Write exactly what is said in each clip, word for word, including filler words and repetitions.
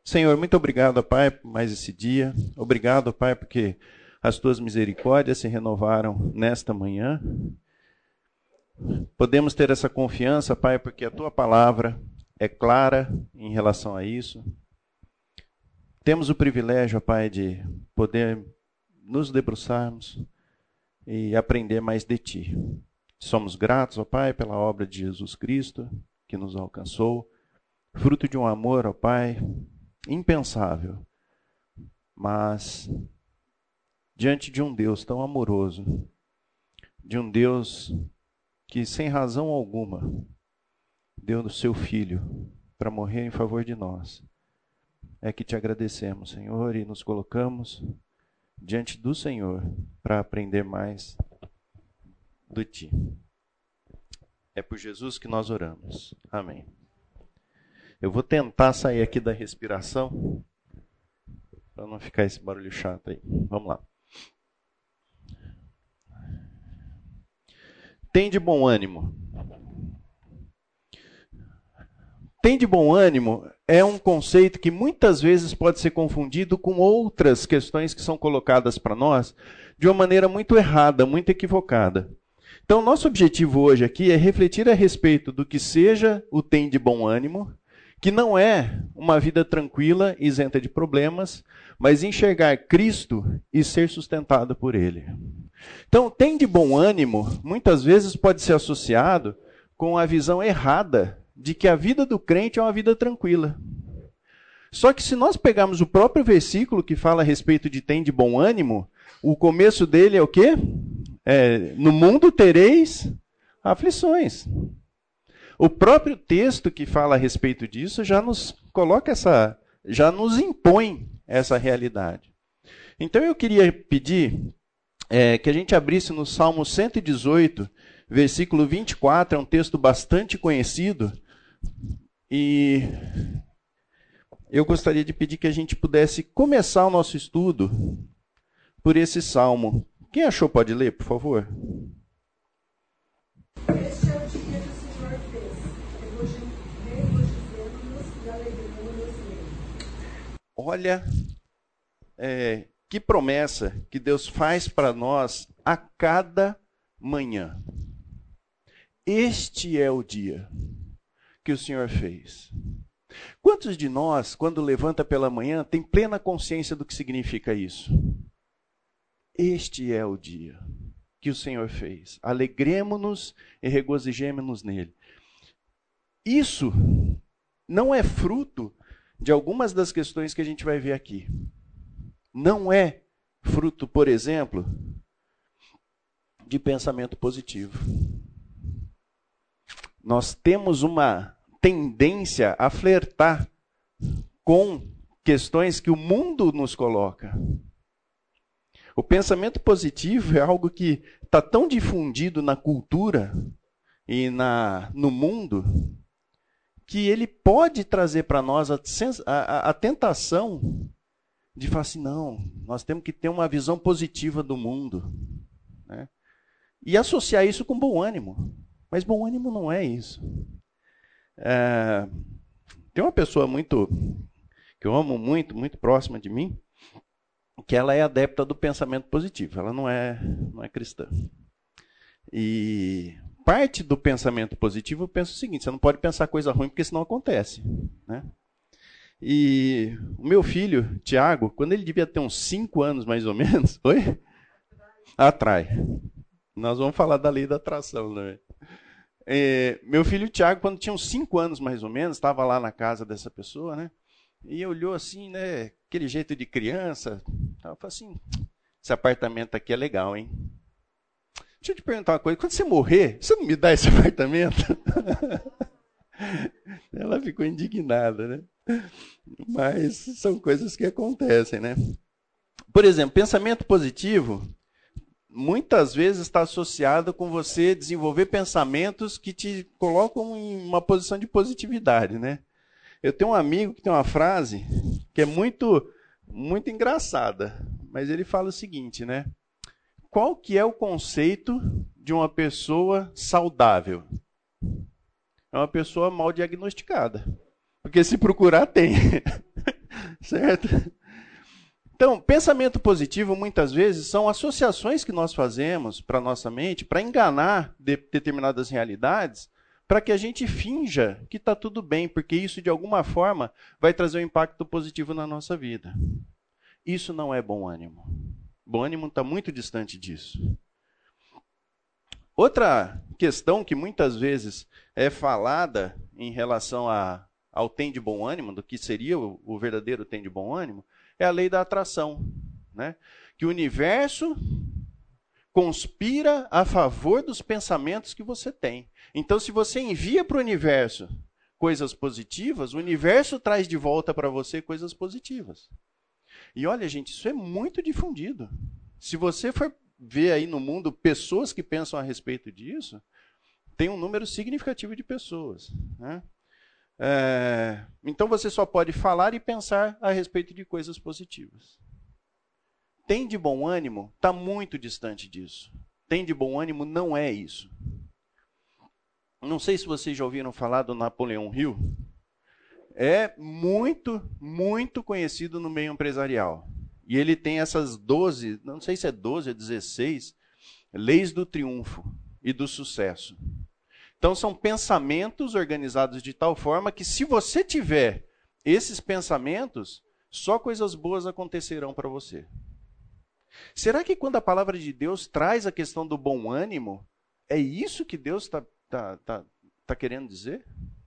Senhor, muito obrigado, Pai, por mais esse dia. Obrigado, Pai, porque as tuas misericórdias se renovaram nesta manhã. Podemos ter essa confiança, Pai, porque a tua palavra é clara em relação a isso. Temos o privilégio, Pai, de poder nos debruçarmos e aprender mais de ti. Somos gratos, ó Pai, pela obra de Jesus Cristo que nos alcançou, fruto de um amor, ó Pai, impensável, mas diante de um Deus tão amoroso, de um Deus que sem razão alguma deu o seu Filho para morrer em favor de nós, é que te agradecemos, Senhor, e nos colocamos diante do Senhor para aprender mais de ti. É por Jesus que nós oramos. Amém. Eu vou tentar sair aqui da respiração para não ficar esse barulho chato aí. Vamos lá. Tem de bom ânimo. Tem de bom ânimo é um conceito que muitas vezes pode ser confundido com outras questões que são colocadas para nós de uma maneira muito errada, muito equivocada. Então, nosso objetivo hoje aqui é refletir a respeito do que seja o tem de bom ânimo, que não é uma vida tranquila, isenta de problemas, mas enxergar Cristo e ser sustentado por Ele. Então, tem de bom ânimo, muitas vezes pode ser associado com a visão errada de que a vida do crente é uma vida tranquila. Só que se nós pegarmos o próprio versículo que fala a respeito de tem de bom ânimo, o começo dele é o quê? É, no mundo tereis aflições. O próprio texto que fala a respeito disso já nos coloca essa, já nos impõe essa realidade. Então eu queria pedir é, que a gente abrisse no Salmo cento e dezoito, versículo vinte e quatro, é um texto bastante conhecido, e eu gostaria de pedir que a gente pudesse começar o nosso estudo por esse salmo. Quem achou pode ler, por favor? Este é o dia que o Senhor fez, regozijemo-nos e alegremo-nos nele. Olha, é, que promessa que Deus faz para nós a cada manhã. Este é o dia que o Senhor fez. Quantos de nós, quando levanta pela manhã, tem plena consciência do que significa isso? Este é o dia que o Senhor fez. Alegremo-nos e regozijemo-nos nele. Isso não é fruto de algumas das questões que a gente vai ver aqui. Não é fruto, por exemplo, de pensamento positivo. Nós temos uma tendência a flertar com questões que o mundo nos coloca. O pensamento positivo é algo que está tão difundido na cultura e na, no mundo que ele pode trazer para nós a, a, a tentação de falar assim, não, nós temos que ter uma visão positiva do mundo, né? E associar isso com bom ânimo. Mas bom ânimo não é isso. É, tem uma pessoa muito que eu amo muito, muito próxima de mim, que ela é adepta do pensamento positivo. Ela não é, não é cristã. E parte do pensamento positivo, eu penso o seguinte, você não pode pensar coisa ruim, porque senão acontece, né? E o meu filho, Tiago, quando ele devia ter uns cinco anos mais ou menos, oi? Atrai. Nós vamos falar da lei da atração, né? É, meu filho Tiago, quando tinha uns cinco anos mais ou menos, estava lá na casa dessa pessoa, né? E olhou assim, né? Aquele jeito de criança. Eu falei assim, esse apartamento aqui é legal, hein? Deixa eu te perguntar uma coisa. Quando você morrer, você não me dá esse apartamento? Ela ficou indignada, né? Mas são coisas que acontecem, né? Por exemplo, pensamento positivo muitas vezes está associado com você desenvolver pensamentos que te colocam em uma posição de positividade, né? Eu tenho um amigo que tem uma frase que é muito, muito engraçada, mas ele fala o seguinte, né? Qual que é o conceito de uma pessoa saudável? É uma pessoa mal diagnosticada. Porque se procurar, tem. Certo? Então, pensamento positivo, muitas vezes, são associações que nós fazemos para a nossa mente para enganar de determinadas realidades, para que a gente finja que está tudo bem, porque isso, de alguma forma, vai trazer um impacto positivo na nossa vida. Isso não é bom ânimo. Bom ânimo está muito distante disso. Outra questão que muitas vezes é falada em relação a, ao tem de bom ânimo, do que seria o, o verdadeiro tem de bom ânimo, é a lei da atração, né? Que o universo conspira a favor dos pensamentos que você tem. Então, se você envia para o universo coisas positivas, o universo traz de volta para você coisas positivas. E olha, gente, isso é muito difundido. Se você for ver aí no mundo pessoas que pensam a respeito disso, tem um número significativo de pessoas, né? É, então você só pode falar e pensar a respeito de coisas positivas. Tem de bom ânimo está muito distante disso. Tem de bom ânimo não é isso. Não sei se vocês já ouviram falar do Napoleão Hill. É muito, muito conhecido no meio empresarial. E ele tem essas doze, não sei se é doze ou dezesseis, leis do triunfo e do sucesso. Então, são pensamentos organizados de tal forma que, se você tiver esses pensamentos, só coisas boas acontecerão para você. Será que quando a palavra de Deus traz a questão do bom ânimo, é isso que Deus está tá, tá, tá querendo dizer?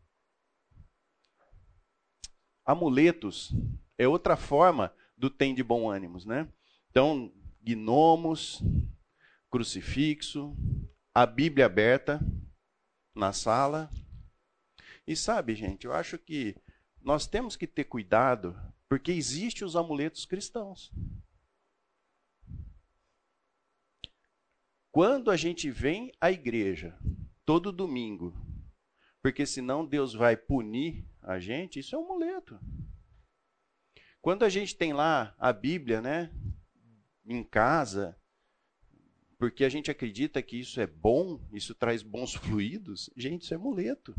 Amuletos é outra forma do tem de bom ânimo, né? Então, gnomos, crucifixo, a Bíblia aberta na sala. E sabe, gente, eu acho que nós temos que ter cuidado, porque existem os amuletos cristãos. Quando a gente vem à igreja, todo domingo, porque senão Deus vai punir a gente, isso é um amuleto. Quando a gente tem lá a Bíblia, né, em casa, porque a gente acredita que isso é bom, isso traz bons fluidos, gente, isso é amuleto.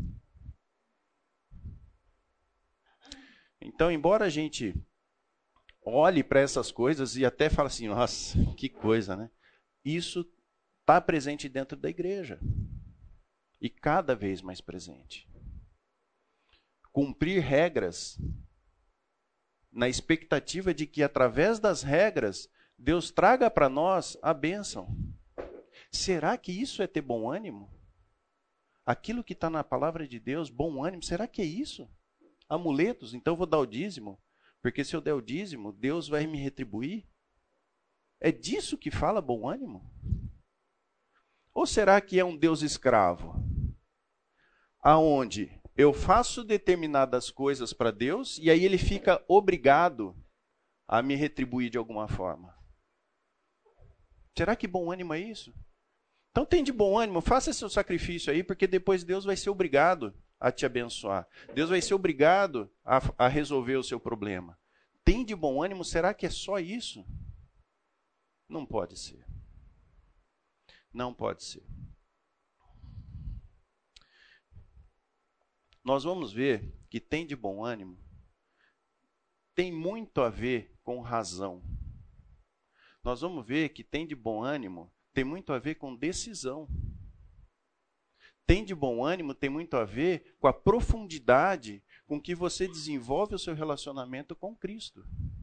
Então, embora a gente olhe para essas coisas e até fale assim, nossa, que coisa, né? Isso está presente dentro da igreja. E cada vez mais presente. Cumprir regras na expectativa de que, através das regras, Deus traga para nós a bênção. Será que isso é ter bom ânimo? Aquilo que está na palavra de Deus, bom ânimo, será que é isso? Amuletos, então eu vou dar o dízimo, porque se eu der o dízimo, Deus vai me retribuir? É disso que fala bom ânimo? Ou será que é um Deus escravo? Aonde eu faço determinadas coisas para Deus e aí ele fica obrigado a me retribuir de alguma forma. Será que bom ânimo é isso? Então tem de bom ânimo, faça seu sacrifício aí, porque depois Deus vai ser obrigado a te abençoar. Deus vai ser obrigado a, a resolver o seu problema. Tem de bom ânimo, será que é só isso? Não pode ser. Não pode ser. Nós vamos ver que tem de bom ânimo tem muito a ver com razão. Nós vamos ver que tem de bom ânimo tem muito a ver com decisão. Tem de bom ânimo tem muito a ver com a profundidade com que você desenvolve o seu relacionamento com Cristo.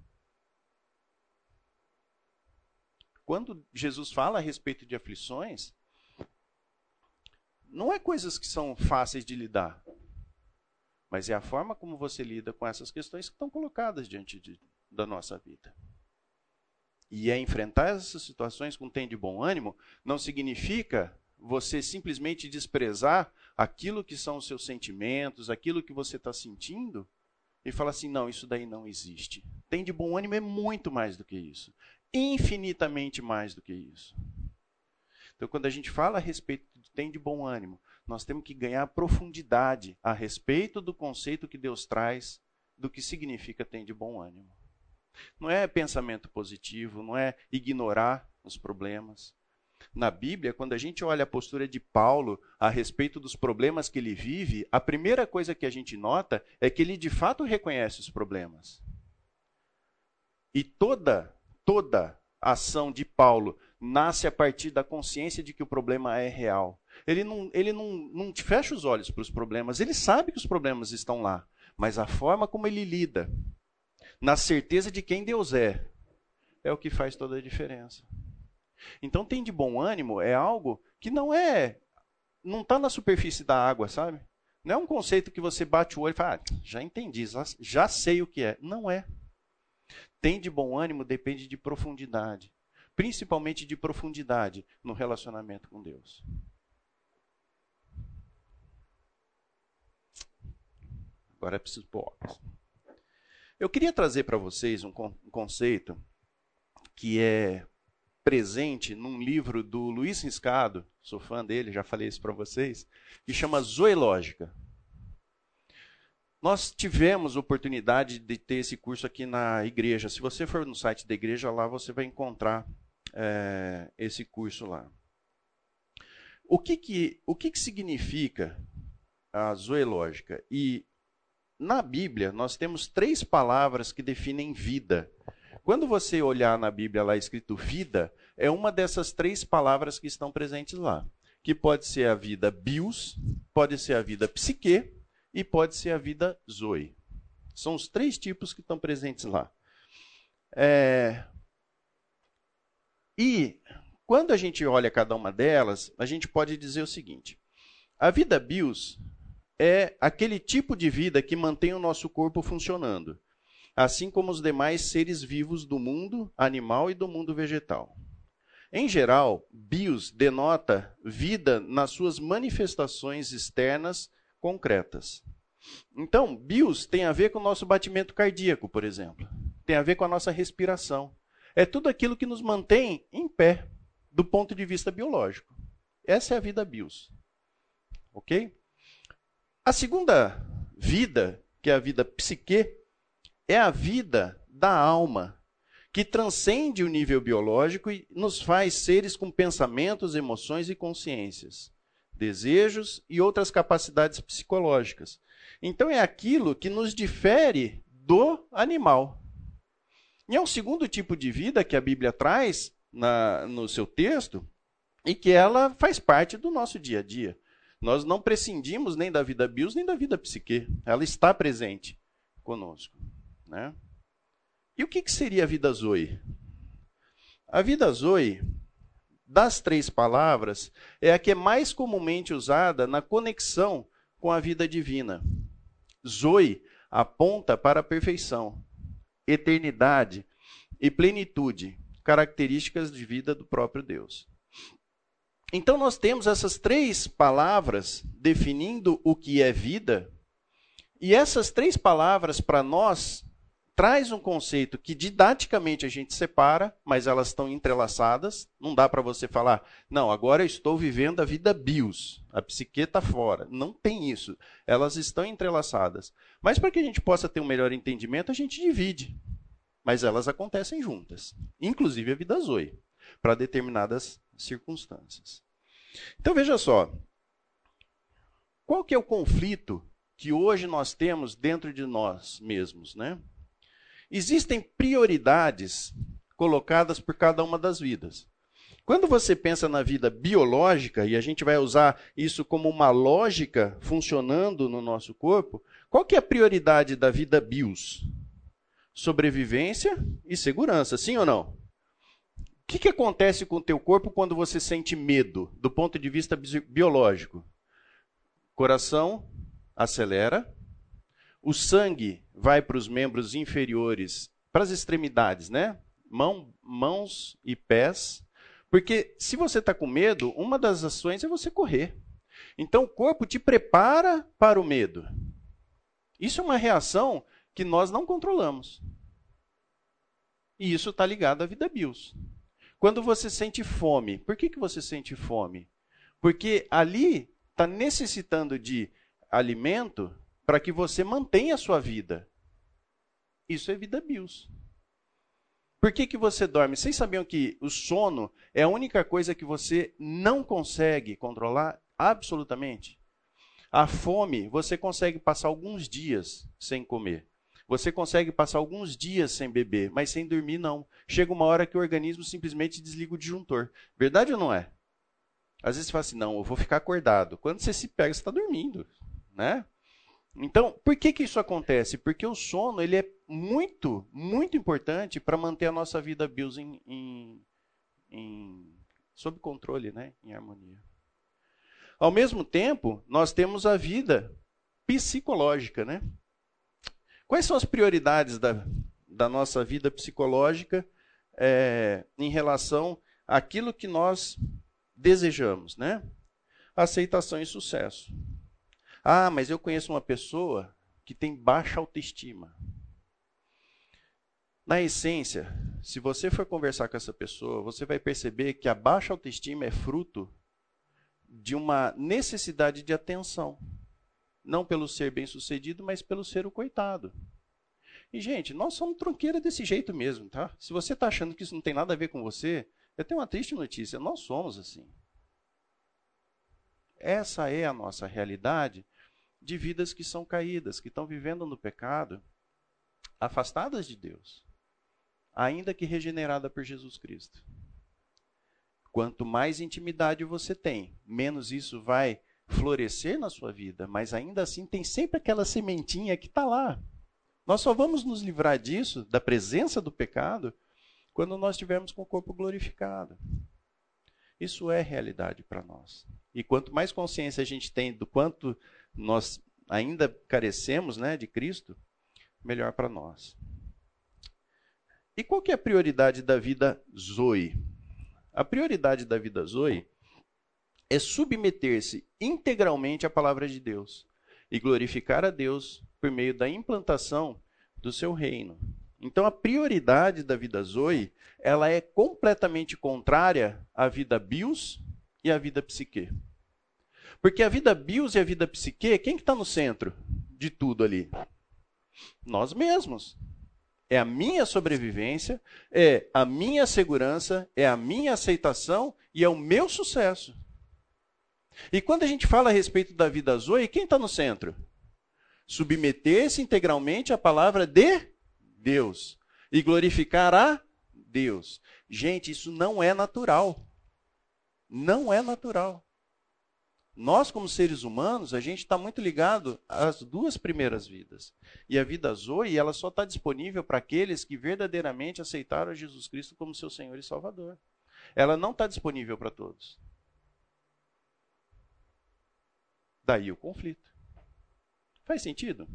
Quando Jesus fala a respeito de aflições, não é coisas que são fáceis de lidar, mas é a forma como você lida com essas questões que estão colocadas diante de, da nossa vida. E é enfrentar essas situações com tem de bom ânimo, não significa você simplesmente desprezar aquilo que são os seus sentimentos, aquilo que você está sentindo, e falar assim, não, isso daí não existe. Tem de bom ânimo é muito mais do que isso. Infinitamente mais do que isso. Então, quando a gente fala a respeito de tem de bom ânimo, nós temos que ganhar profundidade a respeito do conceito que Deus traz do que significa tem de bom ânimo. Não é pensamento positivo, não é ignorar os problemas. Na Bíblia, quando a gente olha a postura de Paulo a respeito dos problemas que ele vive, a primeira coisa que a gente nota é que ele de fato reconhece os problemas. E toda, toda ação de Paulo nasce a partir da consciência de que o problema é real. Ele não, ele não, não te fecha os olhos para os problemas, ele sabe que os problemas estão lá, mas a forma como ele lida, na certeza de quem Deus é, é o que faz toda a diferença. Então, tem de bom ânimo é algo que não é, não está na superfície da água, sabe? Não é um conceito que você bate o olho e fala, ah, já entendi, já, já sei o que é. Não é. Tem de bom ânimo depende de profundidade, principalmente de profundidade no relacionamento com Deus. Agora é preciso pôr óculos. Eu queria trazer para vocês um, con- um conceito que é presente num livro do Luiz Riscado, sou fã dele, já falei isso para vocês, que chama Zoológica. Nós tivemos oportunidade de ter esse curso aqui na igreja. Se você for no site da igreja, lá você vai encontrar é, esse curso lá. O que que, o que que significa a zoológica? E na Bíblia, nós temos três palavras que definem vida. Quando você olhar na Bíblia lá escrito vida, é uma dessas três palavras que estão presentes lá. Que pode ser a vida bios, pode ser a vida psique e pode ser a vida zoe. São os três tipos que estão presentes lá. É... E quando a gente olha cada uma delas, a gente pode dizer o seguinte. A vida bios é aquele tipo de vida que mantém o nosso corpo funcionando, assim como os demais seres vivos do mundo animal e do mundo vegetal. Em geral, bios denota vida nas suas manifestações externas concretas. Então, bios tem a ver com o nosso batimento cardíaco, por exemplo. Tem a ver com a nossa respiração. É tudo aquilo que nos mantém em pé, do ponto de vista biológico. Essa é a vida bios. Ok? A segunda vida, que é a vida psique, é a vida da alma, que transcende o nível biológico e nos faz seres com pensamentos, emoções e consciências, desejos e outras capacidades psicológicas. Então é aquilo que nos difere do animal. E é um segundo tipo de vida que a Bíblia traz na, no seu texto e que ela faz parte do nosso dia a dia. Nós não prescindimos nem da vida bios, nem da vida psique. Ela está presente conosco. Né? E o que, que seria a vida zoe? A vida zoe, das três palavras, é a que é mais comumente usada na conexão com a vida divina. Zoe aponta para a perfeição, eternidade e plenitude, características de vida do próprio Deus. Então nós temos essas três palavras definindo o que é vida, e essas três palavras para nós traz um conceito que didaticamente a gente separa, mas elas estão entrelaçadas. Não dá para você falar, não, agora eu estou vivendo a vida bios, a psique está fora. Não tem isso. Elas estão entrelaçadas. Mas para que a gente possa ter um melhor entendimento, a gente divide. Mas elas acontecem juntas, inclusive a vida zoe, para determinadas circunstâncias. Então veja só, qual que é o conflito que hoje nós temos dentro de nós mesmos, né? Existem prioridades colocadas por cada uma das vidas. Quando você pensa na vida biológica, e a gente vai usar isso como uma lógica funcionando no nosso corpo, qual que é a prioridade da vida bios? Sobrevivência e segurança, sim ou não? O que, que acontece com o teu corpo quando você sente medo, do ponto de vista biológico? Coração acelera, o sangue vai para os membros inferiores, para as extremidades, né? Mão, mãos e pés. Porque se você está com medo, uma das ações é você correr. Então o corpo te prepara para o medo. Isso é uma reação que nós não controlamos. E isso está ligado à vida bios. Quando você sente fome, por que, que você sente fome? Porque ali está necessitando de alimento para que você mantenha a sua vida. Isso é vida bios. Por que, que você dorme? Vocês sabiam que o sono é a única coisa que você não consegue controlar? Absolutamente. A fome, você consegue passar alguns dias sem comer. Você consegue passar alguns dias sem beber, mas sem dormir não. Chega uma hora que o organismo simplesmente desliga o disjuntor. Verdade ou não é? Às vezes você fala assim, não, eu vou ficar acordado. Quando você se pega, você está dormindo, né? Então, por que que isso acontece? Porque o sono ele é muito, muito importante para manter a nossa vida bios em, em, em, sob controle, né? Em harmonia. Ao mesmo tempo, nós temos a vida psicológica, né? Quais são as prioridades da, da nossa vida psicológica é, em relação àquilo que nós desejamos, né? Aceitação e sucesso. Ah, mas eu conheço uma pessoa que tem baixa autoestima. Na essência, se você for conversar com essa pessoa, você vai perceber que a baixa autoestima é fruto de uma necessidade de atenção. Não pelo ser bem-sucedido, mas pelo ser o coitado. E, gente, nós somos tronqueira desse jeito mesmo, tá? Se você está achando que isso não tem nada a ver com você, eu tenho uma triste notícia, nós somos assim. Essa é a nossa realidade de vidas que são caídas, que estão vivendo no pecado, afastadas de Deus, ainda que regenerada por Jesus Cristo. Quanto mais intimidade você tem, menos isso vai florescer na sua vida, mas ainda assim tem sempre aquela sementinha que está lá. Nós só vamos nos livrar disso, da presença do pecado, quando nós estivermos com o corpo glorificado. Isso é realidade para nós. E quanto mais consciência a gente tem do quanto nós ainda carecemos, né, de Cristo, melhor para nós. E qual que é a prioridade da vida Zoe? A prioridade da vida Zoe é submeter-se integralmente à palavra de Deus e glorificar a Deus por meio da implantação do seu reino. Então, a prioridade da vida Zoe, ela é completamente contrária à vida bios e à vida psique. Porque a vida bios e a vida psique, quem que está no centro de tudo ali? Nós mesmos. É a minha sobrevivência, é a minha segurança, é a minha aceitação e é o meu sucesso. E quando a gente fala a respeito da vida Zoe, quem está no centro? Submeter-se integralmente à palavra de Deus e glorificar a Deus. Gente, isso não é natural. Não é natural. Nós, como seres humanos, a gente está muito ligado às duas primeiras vidas. E a vida Zoe, ela só está disponível para aqueles que verdadeiramente aceitaram Jesus Cristo como seu Senhor e Salvador. Ela não está disponível para todos. Daí o conflito. Faz sentido?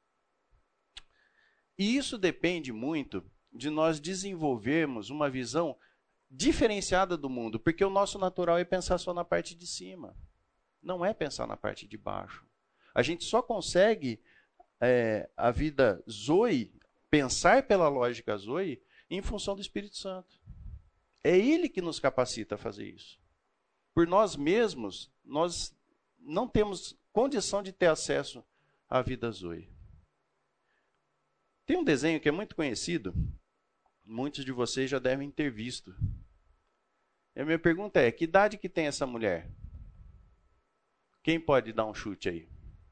E isso depende muito de nós desenvolvermos uma visão diferenciada do mundo, porque o nosso natural é pensar só na parte de cima. Não é pensar na parte de baixo. A gente só consegue é, a vida Zoe, pensar pela lógica Zoe, em função do Espírito Santo. É Ele que nos capacita a fazer isso. Por nós mesmos, nós não temos condição de ter acesso à vida Zoe. Tem um desenho que é muito conhecido, muitos de vocês já devem ter visto. E a minha pergunta é, que idade que tem essa mulher? Quem pode dar um chute aí?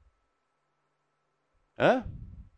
Hã?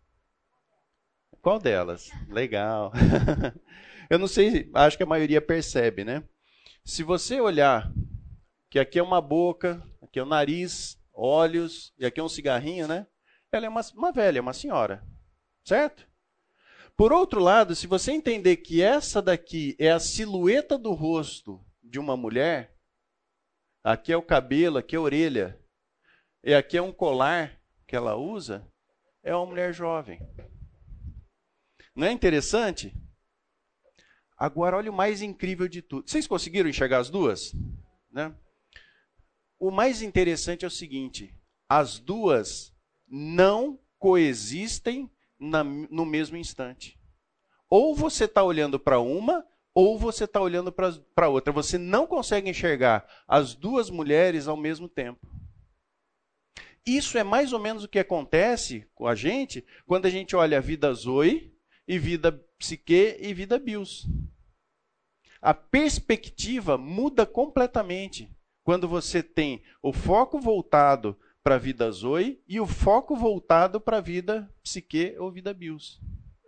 Qual delas? Legal. Eu não sei, acho que a maioria percebe, né? Se você olhar que aqui é uma boca, aqui é o nariz, olhos, e aqui é um cigarrinho, né? Ela é uma, uma velha, uma senhora. Certo? Por outro lado, se você entender que essa daqui é a silhueta do rosto de uma mulher, aqui é o cabelo, aqui é a orelha, e aqui é um colar que ela usa, é uma mulher jovem. Não é interessante? Agora, olha o mais incrível de tudo. Vocês conseguiram enxergar as duas? Né? O mais interessante é o seguinte, as duas não coexistem na, no mesmo instante. Ou você está olhando para uma, ou você está olhando para outra. Você não consegue enxergar as duas mulheres ao mesmo tempo. Isso é mais ou menos o que acontece com a gente quando a gente olha a vida Zoe, e vida psique e vida bios. A perspectiva muda completamente quando você tem o foco voltado para a vida Zoe e o foco voltado para a vida psique ou vida bios.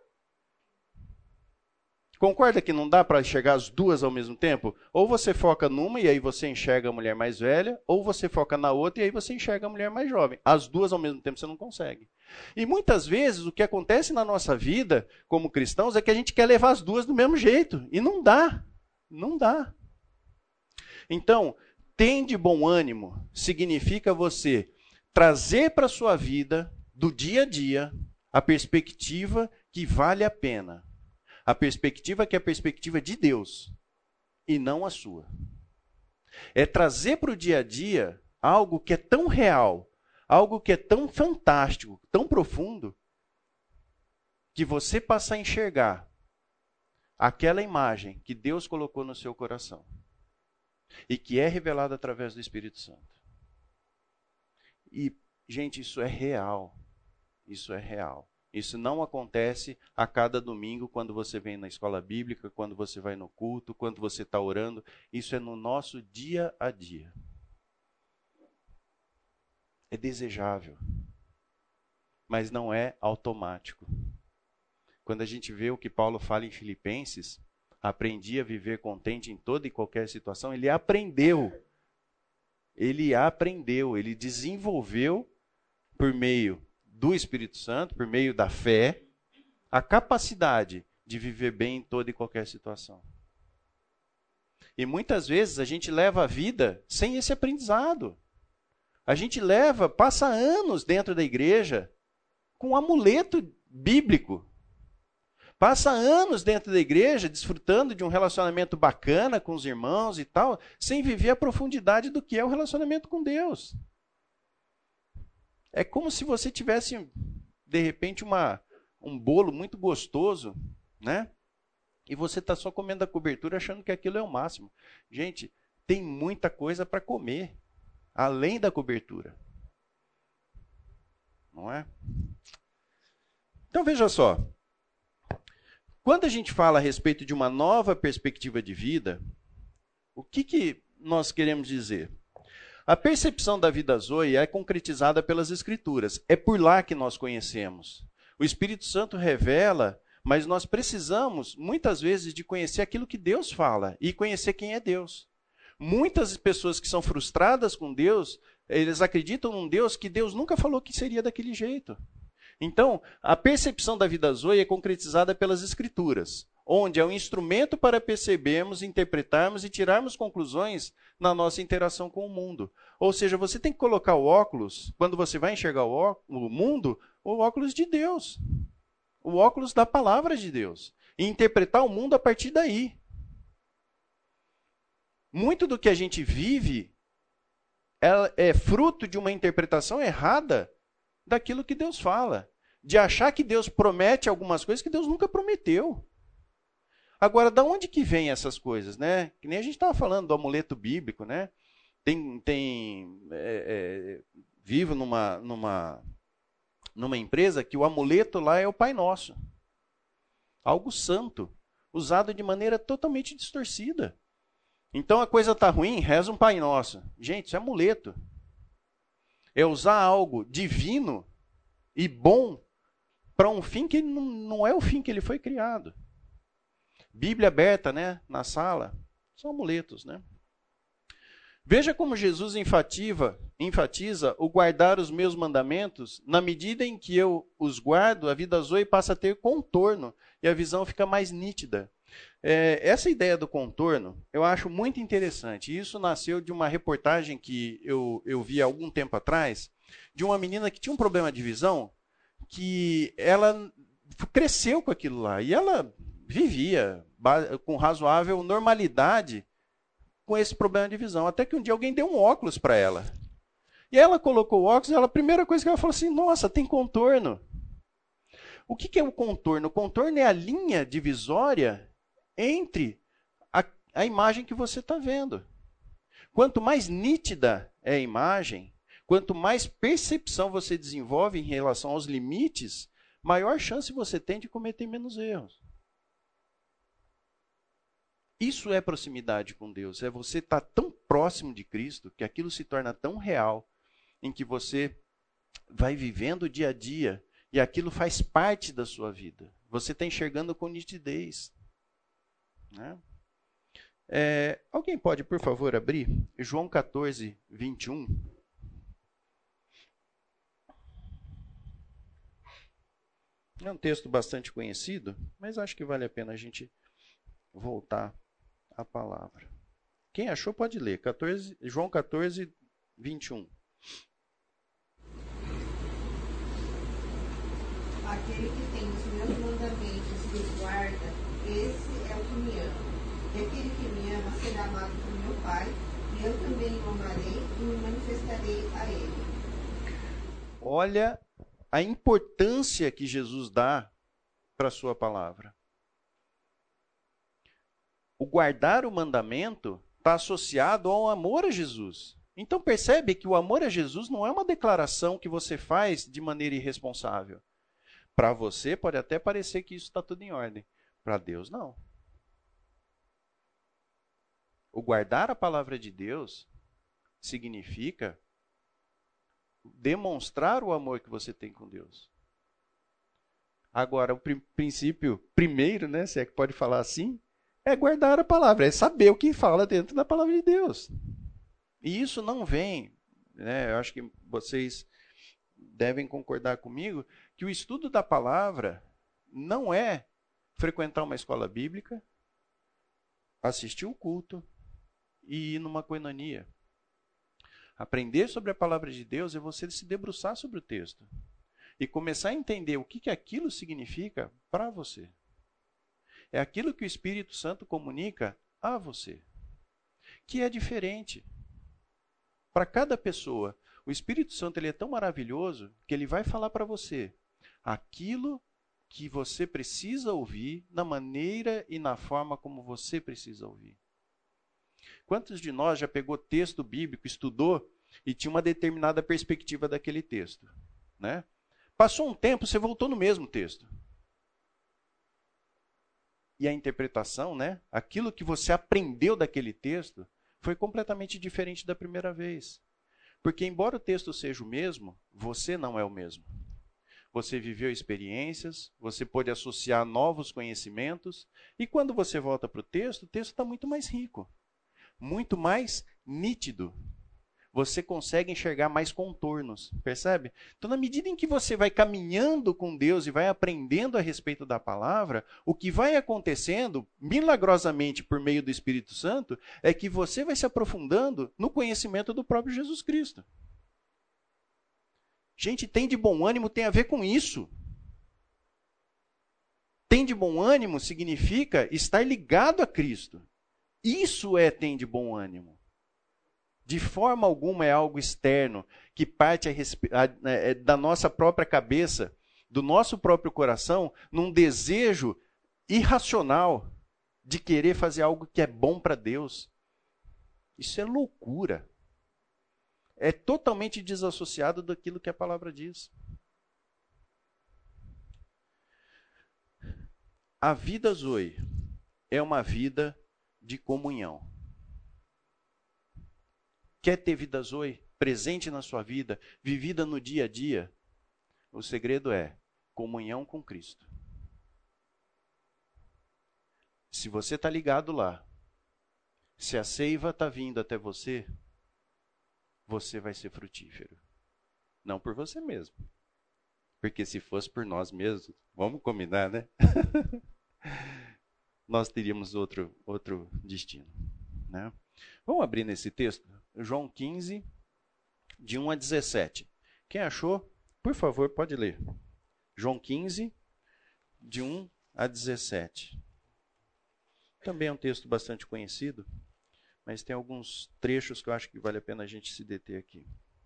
Concorda que não dá para enxergar as duas ao mesmo tempo? Ou você foca numa e aí você enxerga a mulher mais velha, ou você foca na outra e aí você enxerga a mulher mais jovem. As duas ao mesmo tempo você não consegue. E muitas vezes o que acontece na nossa vida como cristãos é que a gente quer levar as duas do mesmo jeito. E não dá. Não dá. Então, tem de bom ânimo significa você trazer para a sua vida, do dia a dia, a perspectiva que vale a pena. A perspectiva que é a perspectiva de Deus e não a sua. É trazer para o dia a dia algo que é tão real, algo que é tão fantástico, tão profundo, que você passa a enxergar aquela imagem que Deus colocou no seu coração e que é revelada através do Espírito Santo. E, gente, isso é real. Isso é real. Isso não acontece a cada domingo, quando você vem na escola bíblica, quando você vai no culto, quando você está orando. Isso é no nosso dia a dia. É desejável, mas não é automático. Quando a gente vê o que Paulo fala em Filipenses, aprendi a viver contente em toda e qualquer situação, ele aprendeu. Ele aprendeu, ele desenvolveu por meio do Espírito Santo, por meio da fé, a capacidade de viver bem em toda e qualquer situação. E muitas vezes a gente leva a vida sem esse aprendizado. A gente leva, passa anos dentro da igreja com um amuleto bíblico. Passa anos dentro da igreja desfrutando de um relacionamento bacana com os irmãos e tal, sem viver a profundidade do que é o relacionamento com Deus. É como se você tivesse, de repente, uma, um bolo muito gostoso, né? E você está só comendo a cobertura achando que aquilo é o máximo. Gente, tem muita coisa para comer, além da cobertura. Não é? Então, veja só. Quando a gente fala a respeito de uma nova perspectiva de vida, o que, que nós queremos dizer? A percepção da vida Zoe é concretizada pelas Escrituras. É por lá que nós conhecemos. O Espírito Santo revela, mas nós precisamos, muitas vezes, de conhecer aquilo que Deus fala e conhecer quem é Deus. Muitas pessoas que são frustradas com Deus, eles acreditam num Deus que Deus nunca falou que seria daquele jeito. Então, a percepção da vida Zoe é concretizada pelas Escrituras, onde é um instrumento para percebermos, interpretarmos e tirarmos conclusões na nossa interação com o mundo. Ou seja, você tem que colocar o óculos, quando você vai enxergar o, ó, o mundo, o óculos de Deus. O óculos da palavra de Deus. E interpretar o mundo a partir daí. Muito do que a gente vive é, é fruto de uma interpretação errada daquilo que Deus fala. De achar que Deus promete algumas coisas que Deus nunca prometeu. Agora, da onde que vem essas coisas, né? Que nem a gente estava falando do amuleto bíblico, né? Tem, tem é, é, vivo numa, numa, numa empresa que o amuleto lá é o Pai Nosso. Algo santo, usado de maneira totalmente distorcida. Então a coisa está ruim, reza um Pai Nosso. Gente, isso é amuleto. É usar algo divino e bom para um fim que não, não é o fim que ele foi criado. Bíblia aberta, né, na sala, são amuletos, né? Veja como Jesus enfativa, enfatiza o guardar os meus mandamentos. Na medida em que eu os guardo, a vida Zoe passa a ter contorno e a visão fica mais nítida. É, essa ideia do contorno eu acho muito interessante. Isso nasceu de uma reportagem que eu, eu vi há algum tempo atrás, de uma menina que tinha um problema de visão, que ela cresceu com aquilo lá. E ela vivia com razoável normalidade com esse problema de visão. Até que um dia alguém deu um óculos para ela. E ela colocou o óculos e ela, a primeira coisa que ela falou assim, nossa, tem contorno. O que, que é o contorno? O contorno é a linha divisória entre a, a imagem que você está vendo. Quanto mais nítida é a imagem, quanto mais percepção você desenvolve em relação aos limites, maior chance você tem de cometer menos erros. Isso é proximidade com Deus. É você estar tão próximo de Cristo que aquilo se torna tão real em que você vai vivendo o dia a dia e aquilo faz parte da sua vida. Você está enxergando com nitidez. Né? É, alguém pode, por favor, abrir João quatorze, vinte e um? É um texto bastante conhecido, mas acho que vale a pena a gente voltar à palavra. Quem achou pode ler. quatorze, João quatorze, vinte e um. Aquele que tem os meus mandamentos e os guarda, esse é o que me ama. E aquele que me ama será amado por meu Pai, e eu também o amarei e me manifestarei a ele. Olha a importância que Jesus dá para a sua palavra. O guardar o mandamento está associado ao amor a Jesus. Então percebe que o amor a Jesus não é uma declaração que você faz de maneira irresponsável. Para você pode até parecer que isso está tudo em ordem. Para Deus, não. O guardar a palavra de Deus significa demonstrar o amor que você tem com Deus. Agora, o pr- princípio primeiro, né, se é que pode falar assim, é guardar a palavra, é saber o que fala dentro da palavra de Deus. E isso não vem, né, eu acho que vocês devem concordar comigo, que o estudo da palavra não é frequentar uma escola bíblica, assistir o culto e ir numa coinonia. Aprender sobre a palavra de Deus é você se debruçar sobre o texto e começar a entender o que, que aquilo significa para você. É aquilo que o Espírito Santo comunica a você, que é diferente. Para cada pessoa, o Espírito Santo ele é tão maravilhoso que ele vai falar para você aquilo que você precisa ouvir, na maneira e na forma como você precisa ouvir. Quantos de nós já pegou texto bíblico, estudou e tinha uma determinada perspectiva daquele texto? Né? Passou um tempo, você voltou no mesmo texto. E a interpretação, né? Aquilo que você aprendeu daquele texto, foi completamente diferente da primeira vez. Porque embora o texto seja o mesmo, você não é o mesmo. Você viveu experiências, você pode associar novos conhecimentos, e quando você volta para o texto, o texto está muito mais rico, muito mais nítido. Você consegue enxergar mais contornos, percebe? Então, na medida em que você vai caminhando com Deus e vai aprendendo a respeito da palavra, o que vai acontecendo, milagrosamente por meio do Espírito Santo, é que você vai se aprofundando no conhecimento do próprio Jesus Cristo. Gente, tem de bom ânimo tem a ver com isso. Tem de bom ânimo significa estar ligado a Cristo. Isso é tem de bom ânimo. De forma alguma é algo externo, que parte a respe... a, a, da nossa própria cabeça, do nosso próprio coração, num desejo irracional de querer fazer algo que é bom para Deus. Isso é loucura. É totalmente desassociado daquilo que a palavra diz. A vida Zoe é uma vida de comunhão. Quer ter vida Zoe presente na sua vida, vivida no dia a dia? O segredo é comunhão com Cristo. Se você está ligado lá, se a seiva está vindo até você, você vai ser frutífero. Não por você mesmo. Porque se fosse por nós mesmos, vamos combinar, né? Nós teríamos outro, outro destino. Né? Vamos abrir nesse texto? João quinze, de um a dezessete. Quem achou, por favor, pode ler. João quinze, de um a dezessete. Também é um texto bastante conhecido, mas tem alguns trechos que eu acho que vale a pena a gente se deter aqui.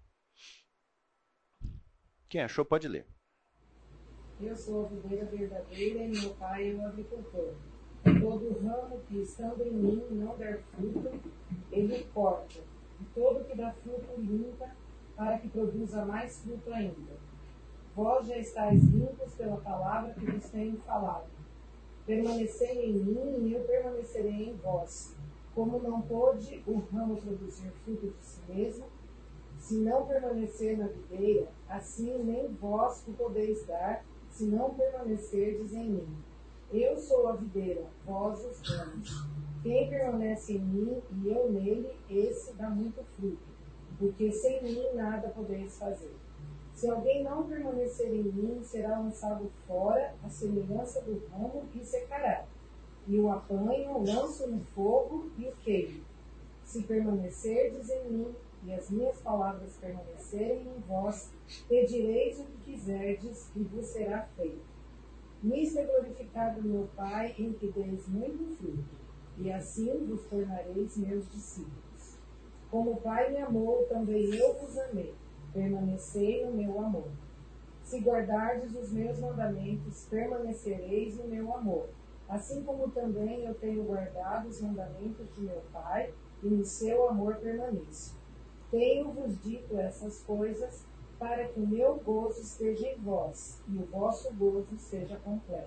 Quem achou, pode ler. Eu sou a videira verdadeira e meu pai é o agricultor. Todo ramo que estando em mim não der fruto, ele corta. E todo que dá fruto limpa, para que produza mais fruto ainda. Vós já estáis limpos pela palavra que vos tenho falado. Permanecei em mim e eu permanecerei em vós. Como não pôde o ramo produzir fruto de si mesmo, Se não permanecer na videira, assim nem vós o podeis dar, se não permanecerdes em mim. Eu sou a videira, vós os ramos. Quem permanece em mim e eu nele, esse dá muito fruto, porque sem mim nada podeis fazer. Se alguém não permanecer em mim, será lançado fora, à semelhança do ramo, e secará. E o apanham, lançam no fogo e o queimam. Se permanecerdes em mim, e as minhas palavras permanecerem em vós, pedireis o que quiserdes, e vos será feito. Nisto é glorificado meu Pai, em que deis muito fruto, e assim vos tornareis meus discípulos. Como o Pai me amou, também eu vos amei. Permanecei no meu amor. Se guardardes os meus mandamentos, permanecereis no meu amor. Assim como também eu tenho guardado os mandamentos de meu Pai, e no seu amor permaneço. Tenho-vos dito essas coisas, para que o meu gozo esteja em vós, e o vosso gozo seja completo.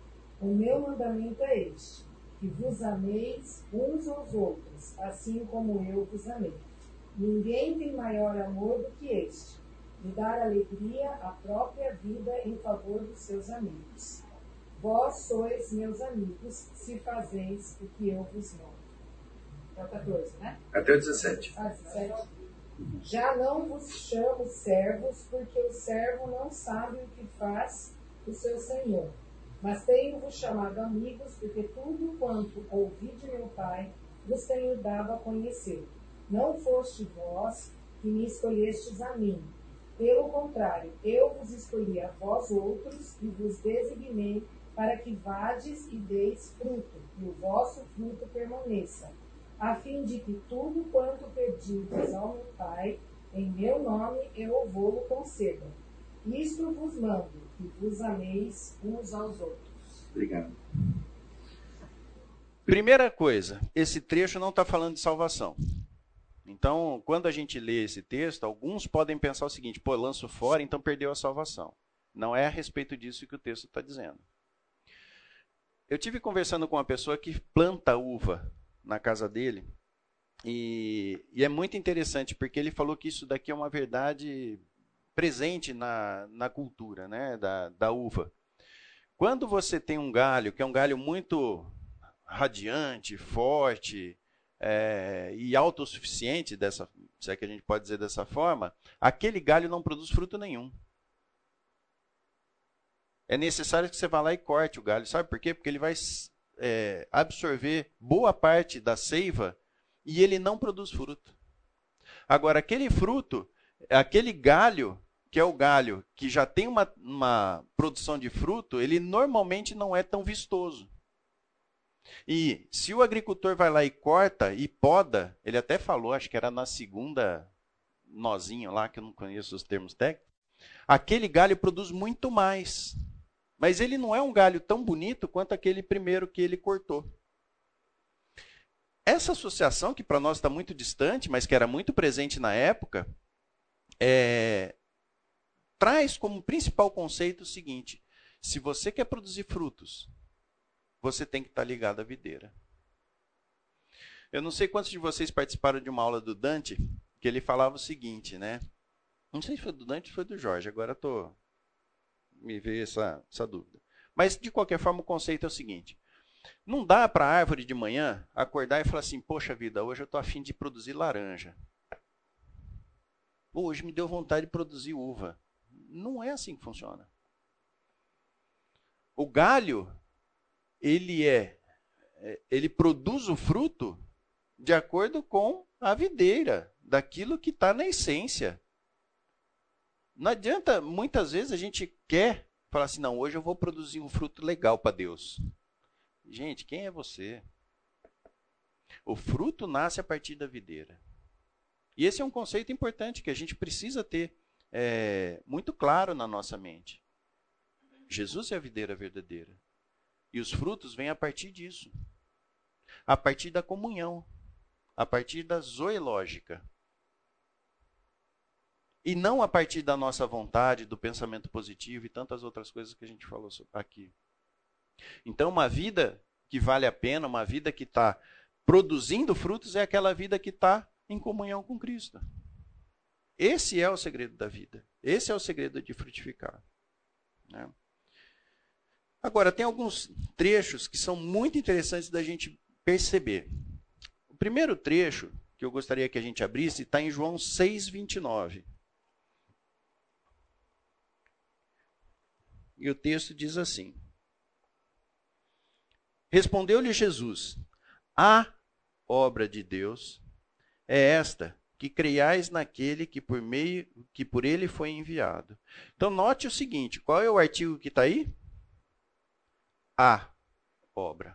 O meu mandamento é este, que vos ameis uns aos outros, assim como eu vos amei. Ninguém tem maior amor do que este, de dar alegria à própria vida em favor dos seus amigos. Vós sois meus amigos, se fazeis o que eu vos mando. É o catorze, né? Até o dezessete. Ah, dezessete. Já não vos chamo servos, porque o servo não sabe o que faz o seu senhor. Mas tenho-vos chamado amigos, porque tudo quanto ouvi de meu Pai, vos tenho dado a conhecer. Não foste vós que me escolhestes a mim. Pelo contrário, eu vos escolhi a vós outros e vos designei para que vades e deis fruto, e o vosso fruto permaneça, a fim de que tudo quanto pedirdes ao meu Pai, em meu nome eu vou-lo conceda. Isto vos mando, que vos ameis uns aos outros. Obrigado. Primeira coisa, esse trecho não está falando de salvação. Então, quando a gente lê esse texto, alguns podem pensar o seguinte: pô, lanço fora, então perdeu a salvação. Não é a respeito disso que o texto está dizendo. Eu tive conversando com uma pessoa que planta uva na casa dele, e, e é muito interessante, porque ele falou que isso daqui é uma verdade presente na, na cultura, né, da, da uva. Quando você tem um galho, que é um galho muito radiante, forte, é, e autossuficiente, dessa, se é que a gente pode dizer dessa forma, aquele galho não produz fruto nenhum. É necessário que você vá lá e corte o galho. Sabe por quê? Porque ele vai é, absorver boa parte da seiva e ele não produz fruto. Agora, aquele fruto, aquele galho, que é o galho que já tem uma, uma produção de fruto, ele normalmente não é tão vistoso. E se o agricultor vai lá e corta e poda, ele até falou, acho que era na segunda nozinho lá, que eu não conheço os termos técnicos, aquele galho produz muito mais. Mas ele não é um galho tão bonito quanto aquele primeiro que ele cortou. Essa associação, que para nós está muito distante, mas que era muito presente na época, é, traz como principal conceito o seguinte: se você quer produzir frutos, você tem que estar ligado à videira. Eu não sei quantos de vocês participaram de uma aula do Dante, que ele falava o seguinte, né? Não sei se foi do Dante ou foi do Jorge, agora estou... me veio essa, essa dúvida. Mas, de qualquer forma, o conceito é o seguinte: não dá para a árvore de manhã acordar e falar assim: poxa vida, hoje eu estou a fim de produzir laranja. Hoje me deu vontade de produzir uva. Não é assim que funciona. O galho, ele é, ele produz o fruto de acordo com a videira, daquilo que está na essência. Não adianta, muitas vezes a gente quer falar assim: não, hoje eu vou produzir um fruto legal para Deus. Gente, quem é você? O fruto nasce a partir da videira. E esse é um conceito importante que a gente precisa ter é, muito claro na nossa mente. Jesus é a videira verdadeira. E os frutos vêm a partir disso. A partir da comunhão. A partir da zoológica. E não a partir da nossa vontade, do pensamento positivo e tantas outras coisas que a gente falou aqui. Então, uma vida que vale a pena, uma vida que está produzindo frutos, é aquela vida que está em comunhão com Cristo. Esse é o segredo da vida. Esse é o segredo de frutificar. Né? Agora, tem alguns trechos que são muito interessantes da gente perceber. O primeiro trecho que eu gostaria que a gente abrisse está em João seis, vinte e nove. E o texto diz assim: Respondeu-lhe Jesus: A obra de Deus é esta, que creiais naquele que por meio que por ele foi enviado. Então note o seguinte, qual é o artigo que está aí? A obra.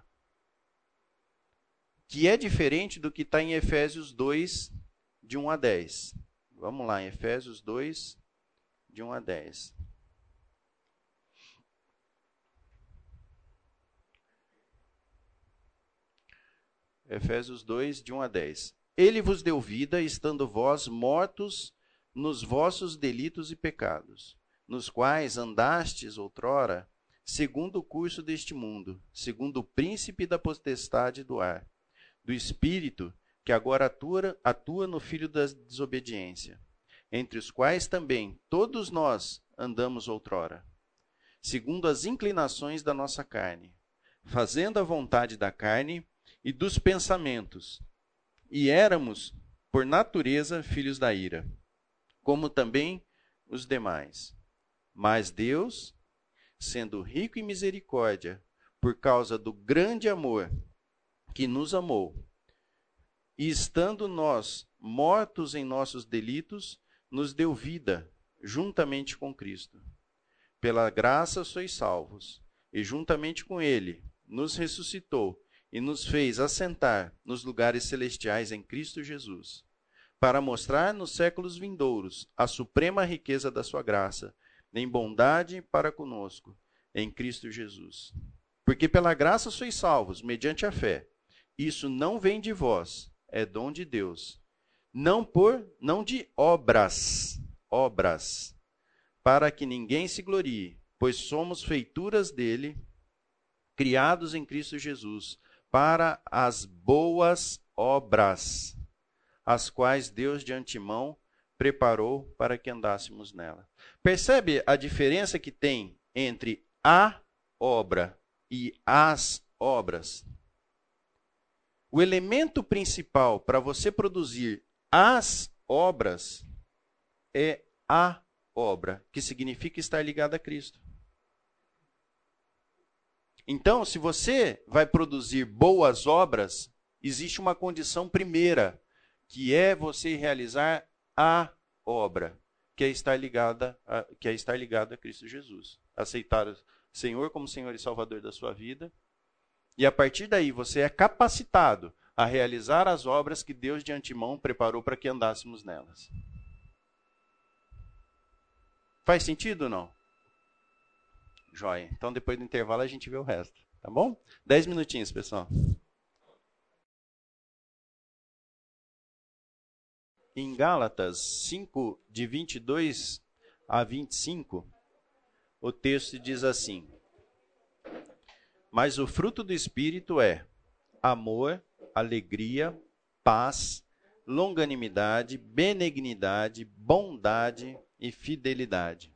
Que é diferente do que está em Efésios dois, de um a dez. Vamos lá, em Efésios dois, de um a dez. Efésios dois, de um a dez. Ele vos deu vida, estando vós mortos nos vossos delitos e pecados, nos quais andastes outrora, segundo o curso deste mundo, segundo o príncipe da potestade do ar, do espírito que agora atua, atua no filho da desobediência, entre os quais também todos nós andamos outrora, segundo as inclinações da nossa carne, fazendo a vontade da carne e dos pensamentos, e éramos, por natureza, filhos da ira, como também os demais. Mas Deus, sendo rico em misericórdia, por causa do grande amor que nos amou, e estando nós mortos em nossos delitos, nos deu vida juntamente com Cristo. Pela graça sois salvos, e juntamente com Ele nos ressuscitou, e nos fez assentar nos lugares celestiais em Cristo Jesus, para mostrar nos séculos vindouros a suprema riqueza da sua graça, em bondade para conosco, em Cristo Jesus. Porque pela graça sois salvos, mediante a fé. Isso não vem de vós, é dom de Deus. Não por, não de obras, obras, para que ninguém se glorie, pois somos feituras dele, criados em Cristo Jesus, para as boas obras, as quais Deus de antemão preparou para que andássemos nela. Percebe a diferença que tem entre a obra e as obras? O elemento principal para você produzir as obras é a obra, que significa estar ligado a Cristo. Então, se você vai produzir boas obras, existe uma condição primeira, que é você realizar a obra, que é estar ligada a, que é estar ligado a Cristo Jesus. Aceitar o Senhor como Senhor e Salvador da sua vida. E a partir daí você é capacitado a realizar as obras que Deus de antemão preparou para que andássemos nelas. Faz sentido ou não? Joia. Então, depois do intervalo, a gente vê o resto. Tá bom? Dez minutinhos, pessoal. Em Gálatas cinco, de vinte e dois a vinte e cinco, o texto diz assim: Mas o fruto do Espírito é amor, alegria, paz, longanimidade, benignidade, bondade e fidelidade.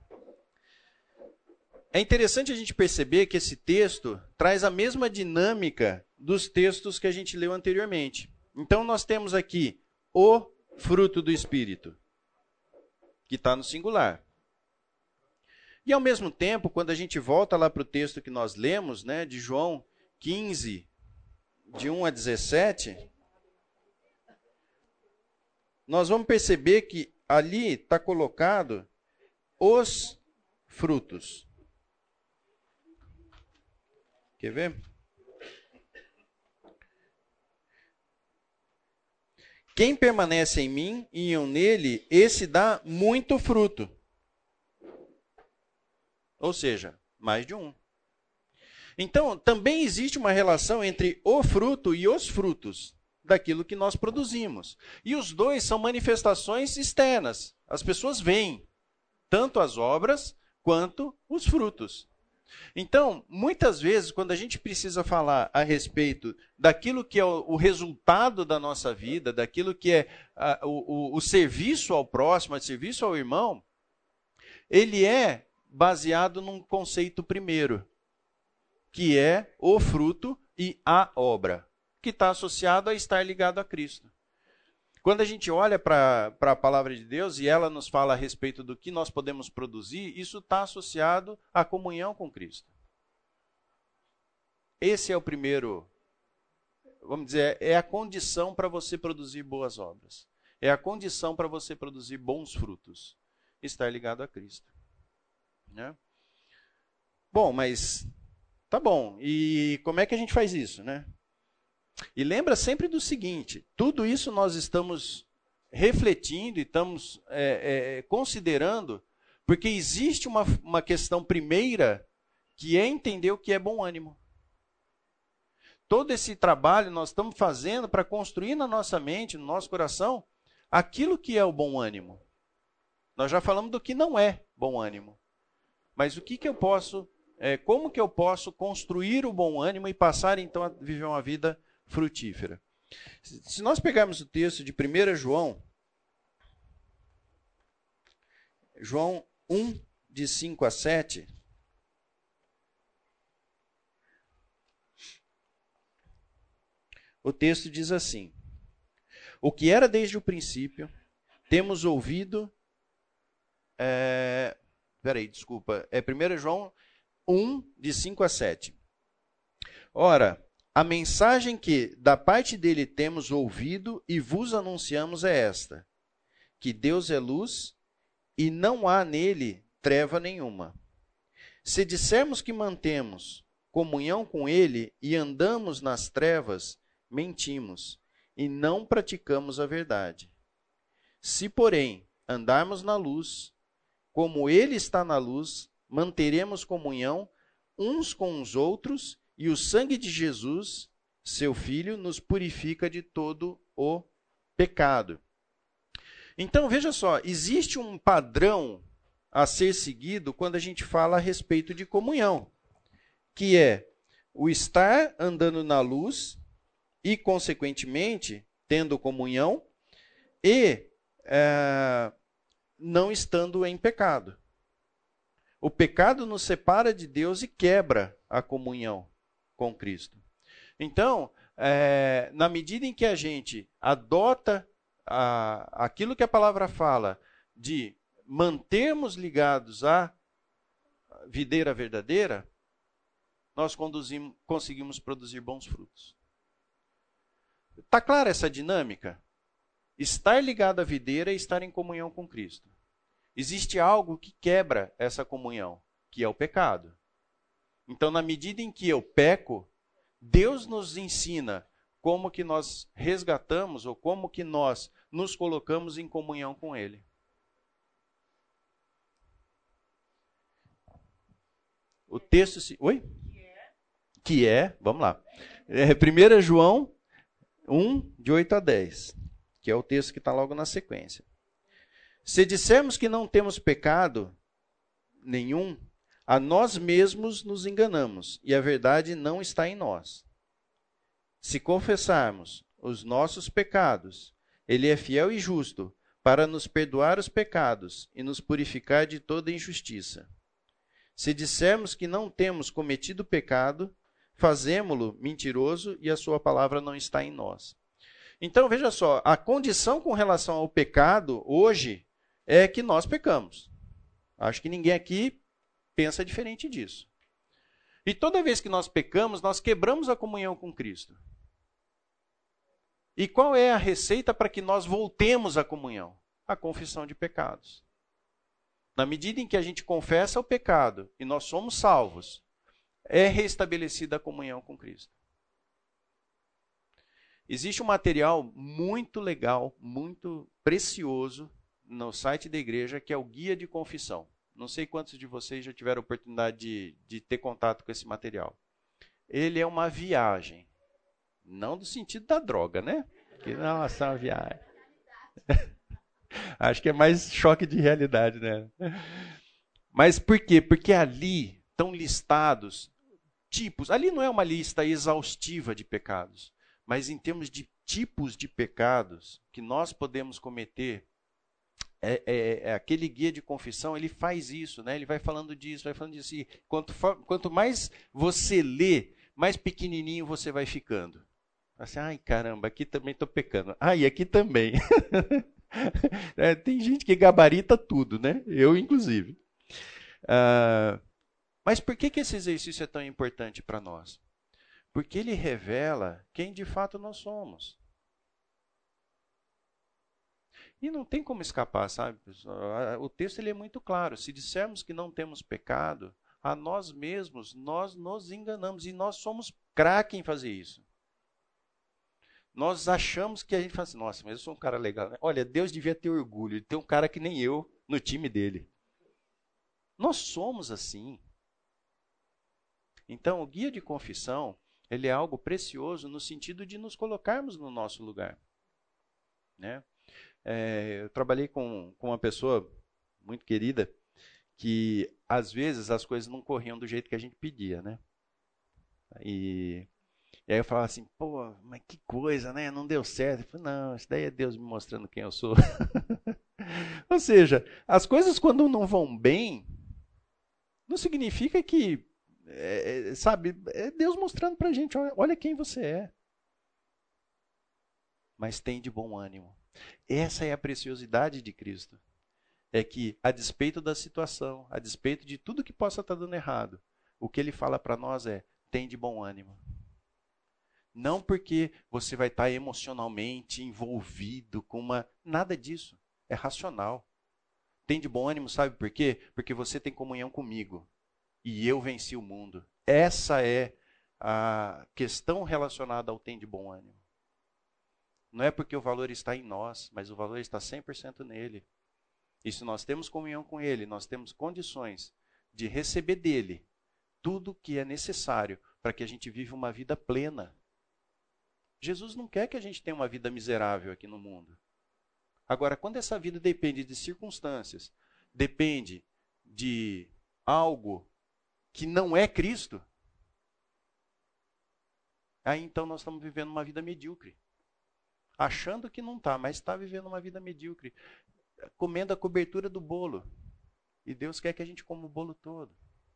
É interessante a gente perceber que esse texto traz a mesma dinâmica dos textos que a gente leu anteriormente. Então, nós temos aqui o fruto do Espírito, que está no singular. E, ao mesmo tempo, quando a gente volta lá para o texto que nós lemos, né, de João quinze, de um a dezessete, nós vamos perceber que ali está colocado os frutos. Quer ver? Quem permanece em mim e eu nele, esse dá muito fruto. Ou seja, mais de um. Então, também existe uma relação entre o fruto e os frutos daquilo que nós produzimos. E os dois são manifestações externas. As pessoas veem tanto as obras quanto os frutos. Então, muitas vezes, quando a gente precisa falar a respeito daquilo que é o, o resultado da nossa vida, daquilo que é a, o, o, o serviço ao próximo, o serviço ao irmão, ele é baseado num conceito primeiro, que é o fruto e a obra, que está associado a estar ligado a Cristo. Quando a gente olha para a palavra de Deus e ela nos fala a respeito do que nós podemos produzir, isso está associado à comunhão com Cristo. Esse é o primeiro, vamos dizer, é a condição para você produzir boas obras. É a condição para você produzir bons frutos. Estar ligado a Cristo. Né? Bom, mas tá bom. E como é que a gente faz isso, né? E lembra sempre do seguinte, tudo isso nós estamos refletindo e estamos é, é, considerando, porque existe uma, uma questão primeira, que é entender o que é bom ânimo. Todo esse trabalho nós estamos fazendo para construir na nossa mente, no nosso coração, aquilo que é o bom ânimo. Nós já falamos do que não é bom ânimo. Mas o que, que eu posso, é, como que eu posso construir o bom ânimo e passar então a viver uma vida frutífera? Se nós pegarmos o texto de primeiro João, João um, de cinco a sete, o texto diz assim: o que era desde o princípio, temos ouvido... É, peraí, desculpa. É primeiro João um, de cinco a sete. Ora, a mensagem que da parte dele temos ouvido e vos anunciamos é esta: que Deus é luz e não há nele treva nenhuma. Se dissermos que mantemos comunhão com ele e andamos nas trevas, mentimos e não praticamos a verdade. Se, porém, andarmos na luz, como ele está na luz, manteremos comunhão uns com os outros, e o sangue de Jesus, seu Filho, nos purifica de todo o pecado. Então, veja só, existe um padrão a ser seguido quando a gente fala a respeito de comunhão, que é o estar andando na luz e, consequentemente, tendo comunhão e é, não estando em pecado. O pecado nos separa de Deus e quebra a comunhão com Cristo. Então, é, na medida em que a gente adota a, aquilo que a palavra fala de mantermos ligados à videira verdadeira, nós conduzimos, conseguimos produzir bons frutos. Está clara essa dinâmica? Estar ligado à videira é estar em comunhão com Cristo. Existe algo que quebra essa comunhão, que é o pecado. Então, na medida em que eu peco, Deus nos ensina como que nós resgatamos ou como que nós nos colocamos em comunhão com Ele. O texto... Se... Oi? Que é? Que é, vamos lá. É primeiro João um, de oito a dez, que é o texto que está logo na sequência. Se dissermos que não temos pecado nenhum, a nós mesmos nos enganamos, e a verdade não está em nós. Se confessarmos os nossos pecados, Ele é fiel e justo para nos perdoar os pecados e nos purificar de toda injustiça. Se dissermos que não temos cometido pecado, fazemo-lo mentiroso e a sua palavra não está em nós. Então, veja só, a condição com relação ao pecado hoje é que nós pecamos. Acho que ninguém aqui pensa diferente disso. E toda vez que nós pecamos, nós quebramos a comunhão com Cristo. E qual é a receita para que nós voltemos à comunhão? A confissão de pecados. Na medida em que a gente confessa o pecado e nós somos salvos, é restabelecida a comunhão com Cristo. Existe um material muito legal, muito precioso no site da igreja, que é o Guia de Confissão. Não sei quantos de vocês já tiveram a oportunidade de, de ter contato com esse material. Ele é uma viagem. Não do sentido da droga, né? Que, nossa, é uma viagem. Acho que é mais choque de realidade, né? Mas por quê? Porque ali estão listados tipos. Ali não é uma lista exaustiva de pecados, mas em termos de tipos de pecados que nós podemos cometer, é, é, é aquele guia de confissão, ele faz isso, né? Ele vai falando disso, vai falando disso. E quanto, quanto mais você lê, mais pequenininho você vai ficando. Assim, ai caramba, aqui também estou pecando. Ah, e aqui também. É, tem gente que gabarita tudo, né? Eu, inclusive. Ah, mas por que, que esse exercício é tão importante para nós? Porque ele revela quem de fato nós somos. E não tem como escapar, sabe, pessoal? O texto ele é muito claro. Se dissermos que não temos pecado, a nós mesmos, nós nos enganamos. E nós somos craque em fazer isso. Nós achamos que a gente fala assim, nossa, mas eu sou um cara legal. Olha, Deus devia ter orgulho de ter um cara que nem eu no time dele. Nós somos assim. Então, o guia de confissão, ele é algo precioso no sentido de nos colocarmos no nosso lugar. Né? É, eu trabalhei com, com uma pessoa muito querida que, às vezes, as coisas não corriam do jeito que a gente pedia. Né? E... E aí eu falava assim, pô, mas que coisa, né? Não deu certo. Eu falei, não, isso daí é Deus me mostrando quem eu sou. Ou seja, as coisas quando não vão bem, não significa que, é, sabe, é Deus mostrando pra gente, olha, olha quem você é. Mas tem de bom ânimo. Essa é a preciosidade de Cristo. É que, a despeito da situação, a despeito de tudo que possa estar dando errado, o que ele fala para nós é, tem de bom ânimo. Não porque você vai estar emocionalmente envolvido com uma... Nada disso. É racional. Tem de bom ânimo, sabe por quê? Porque você tem comunhão comigo. E eu venci o mundo. Essa é a questão relacionada ao tem de bom ânimo. Não é porque o valor está em nós, mas o valor está cem por cento nele. E se nós temos comunhão com ele, nós temos condições de receber dele tudo que é necessário para que a gente viva uma vida plena. Jesus não quer que a gente tenha uma vida miserável aqui no mundo. Agora, quando essa vida depende de circunstâncias, depende de algo que não é Cristo, aí então nós estamos vivendo uma vida medíocre. Achando que não está, mas está vivendo uma vida medíocre. Comendo a cobertura do bolo. E Deus quer que a gente coma o bolo todo.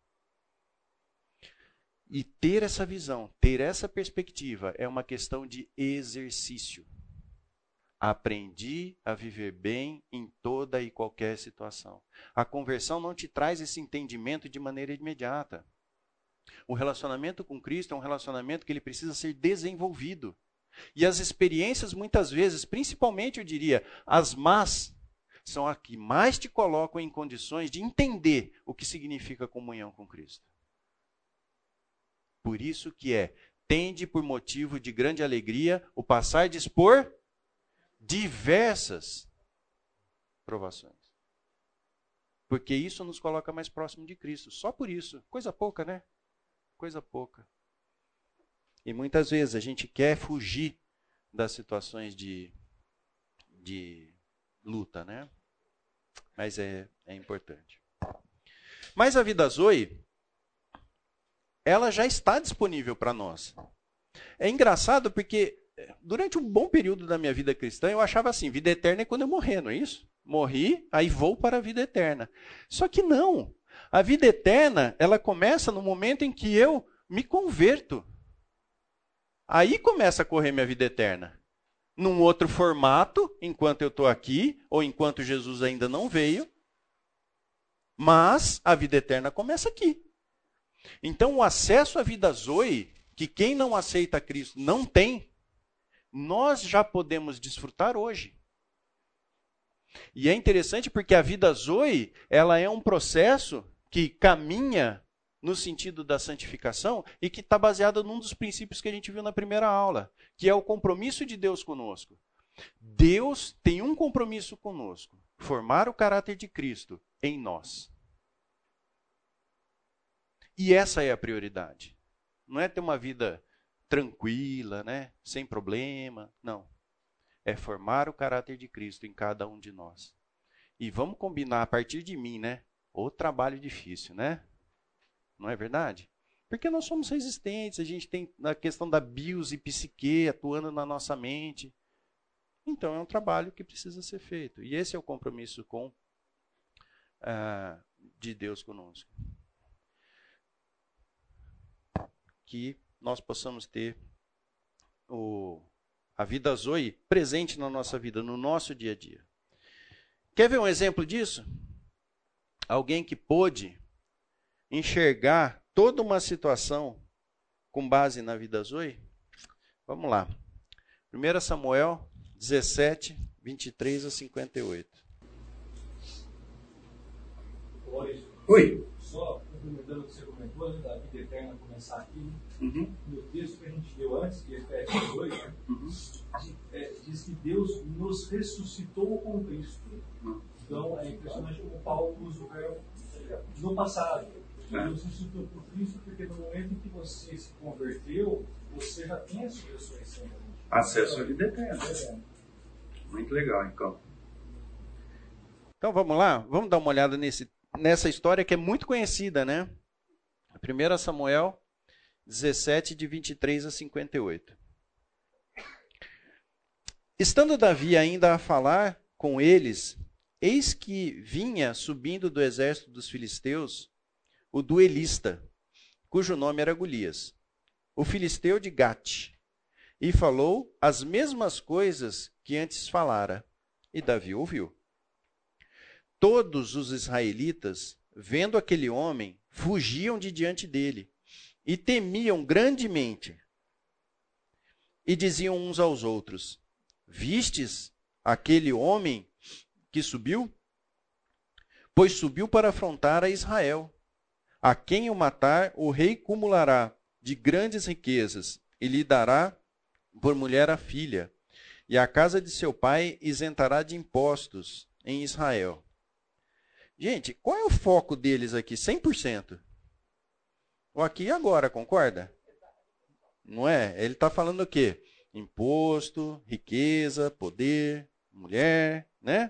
E ter essa visão, ter essa perspectiva, é uma questão de exercício. Aprendi a viver bem em toda e qualquer situação. A conversão não te traz esse entendimento de maneira imediata. O relacionamento com Cristo é um relacionamento que ele precisa ser desenvolvido. E as experiências, muitas vezes, principalmente, eu diria, as más, são as que mais te colocam em condições de entender o que significa comunhão com Cristo. Por isso que é, tende por motivo de grande alegria o passardes por diversas provações. Porque isso nos coloca mais próximo de Cristo. Só por isso. Coisa pouca, né? Coisa pouca. E muitas vezes a gente quer fugir das situações de, de luta, né? Mas é, é importante. Mas a vida Zoe, ela já está disponível para nós. É engraçado porque durante um bom período da minha vida cristã, eu achava assim, vida eterna é quando eu morrer, não é isso? Morri, aí vou para a vida eterna. Só que não. A vida eterna, ela começa no momento em que eu me converto. Aí começa a correr minha vida eterna. Num outro formato, enquanto eu estou aqui, ou enquanto Jesus ainda não veio. Mas a vida eterna começa aqui. Então, o acesso à vida Zoe, que quem não aceita Cristo não tem, nós já podemos desfrutar hoje. E é interessante porque a vida Zoe, ela é um processo que caminha no sentido da santificação e que está baseado num dos princípios que a gente viu na primeira aula, que é o compromisso de Deus conosco. Deus tem um compromisso conosco, formar o caráter de Cristo em nós. E essa é a prioridade. Não é ter uma vida tranquila, né? Sem problema. Não. É formar o caráter de Cristo em cada um de nós. E vamos combinar a partir de mim, né? O trabalho difícil, né? Não é verdade? Porque nós somos resistentes, a gente tem a questão da bios e psique atuando na nossa mente. Então é um trabalho que precisa ser feito. E esse é o compromisso com ah, de Deus conosco. Que nós possamos ter o, a vida Zoe presente na nossa vida, no nosso dia a dia. Quer ver um exemplo disso? Alguém que pôde enxergar toda uma situação com base na vida Zoe? Vamos lá. primeiro Samuel dezessete, vinte e três a cinquenta e oito. Oi. Só complementando o que você comentou, né, da vida eterna começar aqui, né? Uhum. No texto que a gente leu antes, que é Efésios dois, né? Uhum. diz, é, diz que Deus nos ressuscitou com Cristo. Uhum. Então é impressionante como Paulo usa o verbo no passado. É. Deus ressuscitou com Cristo porque no momento em que você se converteu, você já tem a sua ressurreição. Acesso à vida eterna. Muito legal, então. Então vamos lá, vamos dar uma olhada nesse, nessa história que é muito conhecida, né? primeiro Samuel dezessete, de vinte e três a cinquenta e oito. Estando Davi ainda a falar com eles, eis que vinha subindo do exército dos filisteus o duelista, cujo nome era Golias, o filisteu de Gate, e falou as mesmas coisas que antes falara, e Davi ouviu. Todos os israelitas, vendo aquele homem, fugiam de diante dele, e temiam grandemente, e diziam uns aos outros: vistes aquele homem que subiu? Pois subiu para afrontar a Israel. A quem o matar, o rei cumulará de grandes riquezas, e lhe dará por mulher a filha, e a casa de seu pai isentará de impostos em Israel. Gente, qual é o foco deles aqui? cem por cento. O aqui e agora, concorda? Não é? Ele está falando o quê? Imposto, riqueza, poder, mulher, né?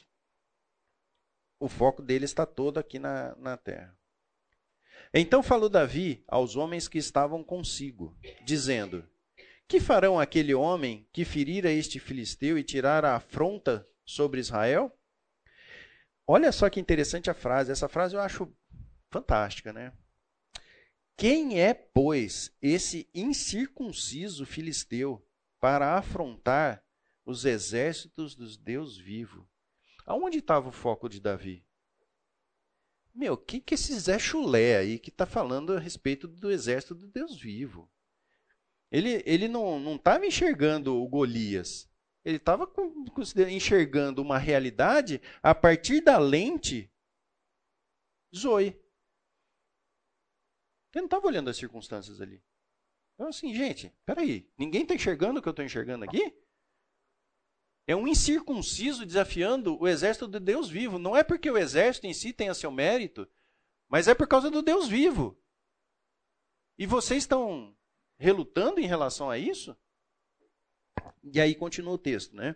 O foco deles está todo aqui na, na terra. Então falou Davi aos homens que estavam consigo, dizendo: que farão aquele homem que ferira este filisteu e tirar a afronta sobre Israel? Olha só que interessante a frase. Essa frase eu acho fantástica, né? Quem é, pois, esse incircunciso filisteu para afrontar os exércitos dos Deus vivo? Aonde estava o foco de Davi? Meu, quem que é esse Zé Chulé aí que está falando a respeito do exército do Deus vivo? Ele, ele não estava enxergando o Golias. Ele estava enxergando uma realidade a partir da lente Zoe. Ele não estava olhando as circunstâncias ali. Então assim, gente, peraí, ninguém está enxergando o que eu estou enxergando aqui? É um incircunciso desafiando o exército do Deus vivo. Não é porque o exército em si tenha seu mérito, mas é por causa do Deus vivo. E vocês estão relutando em relação a isso? E aí continua o texto, né?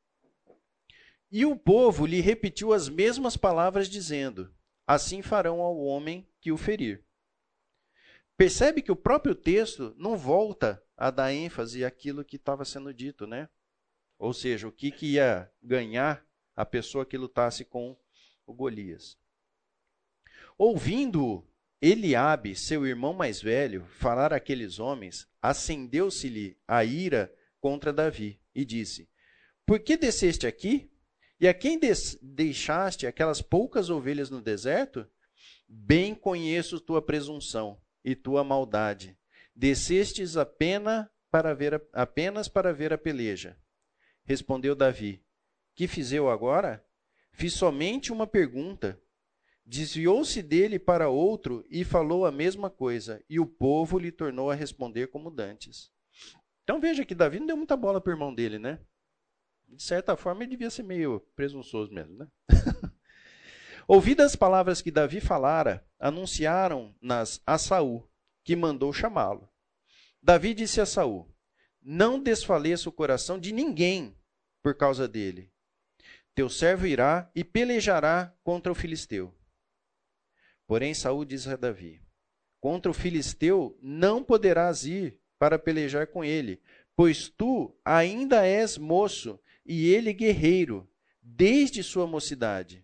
E o povo lhe repetiu as mesmas palavras, dizendo: assim farão ao homem que o ferir. Percebe que o próprio texto não volta a dar ênfase àquilo que estava sendo dito, né? Ou seja, o que, que ia ganhar a pessoa que lutasse com o Golias. Ouvindo Eliabe, seu irmão mais velho, falar àqueles homens, acendeu-se-lhe a ira contra Davi e disse: por que desceste aqui? E a quem des- deixaste aquelas poucas ovelhas no deserto? Bem conheço tua presunção e tua maldade. Descestes apenas para ver a, apenas para ver a peleja. Respondeu Davi: que fiz eu agora? Fiz somente uma pergunta. Desviou-se dele para outro e falou a mesma coisa, e o povo lhe tornou a responder como dantes. Então veja que Davi não deu muita bola para o irmão dele, né? De certa forma ele devia ser meio presunçoso mesmo, né? Ouvidas as palavras que Davi falara, anunciaram-nas a Saul, que mandou chamá-lo. Davi disse a Saul: não desfaleça o coração de ninguém por causa dele. Teu servo irá e pelejará contra o filisteu. Porém Saul disse a Davi: contra o filisteu não poderás ir para pelejar com ele, pois tu ainda és moço e ele guerreiro, desde sua mocidade.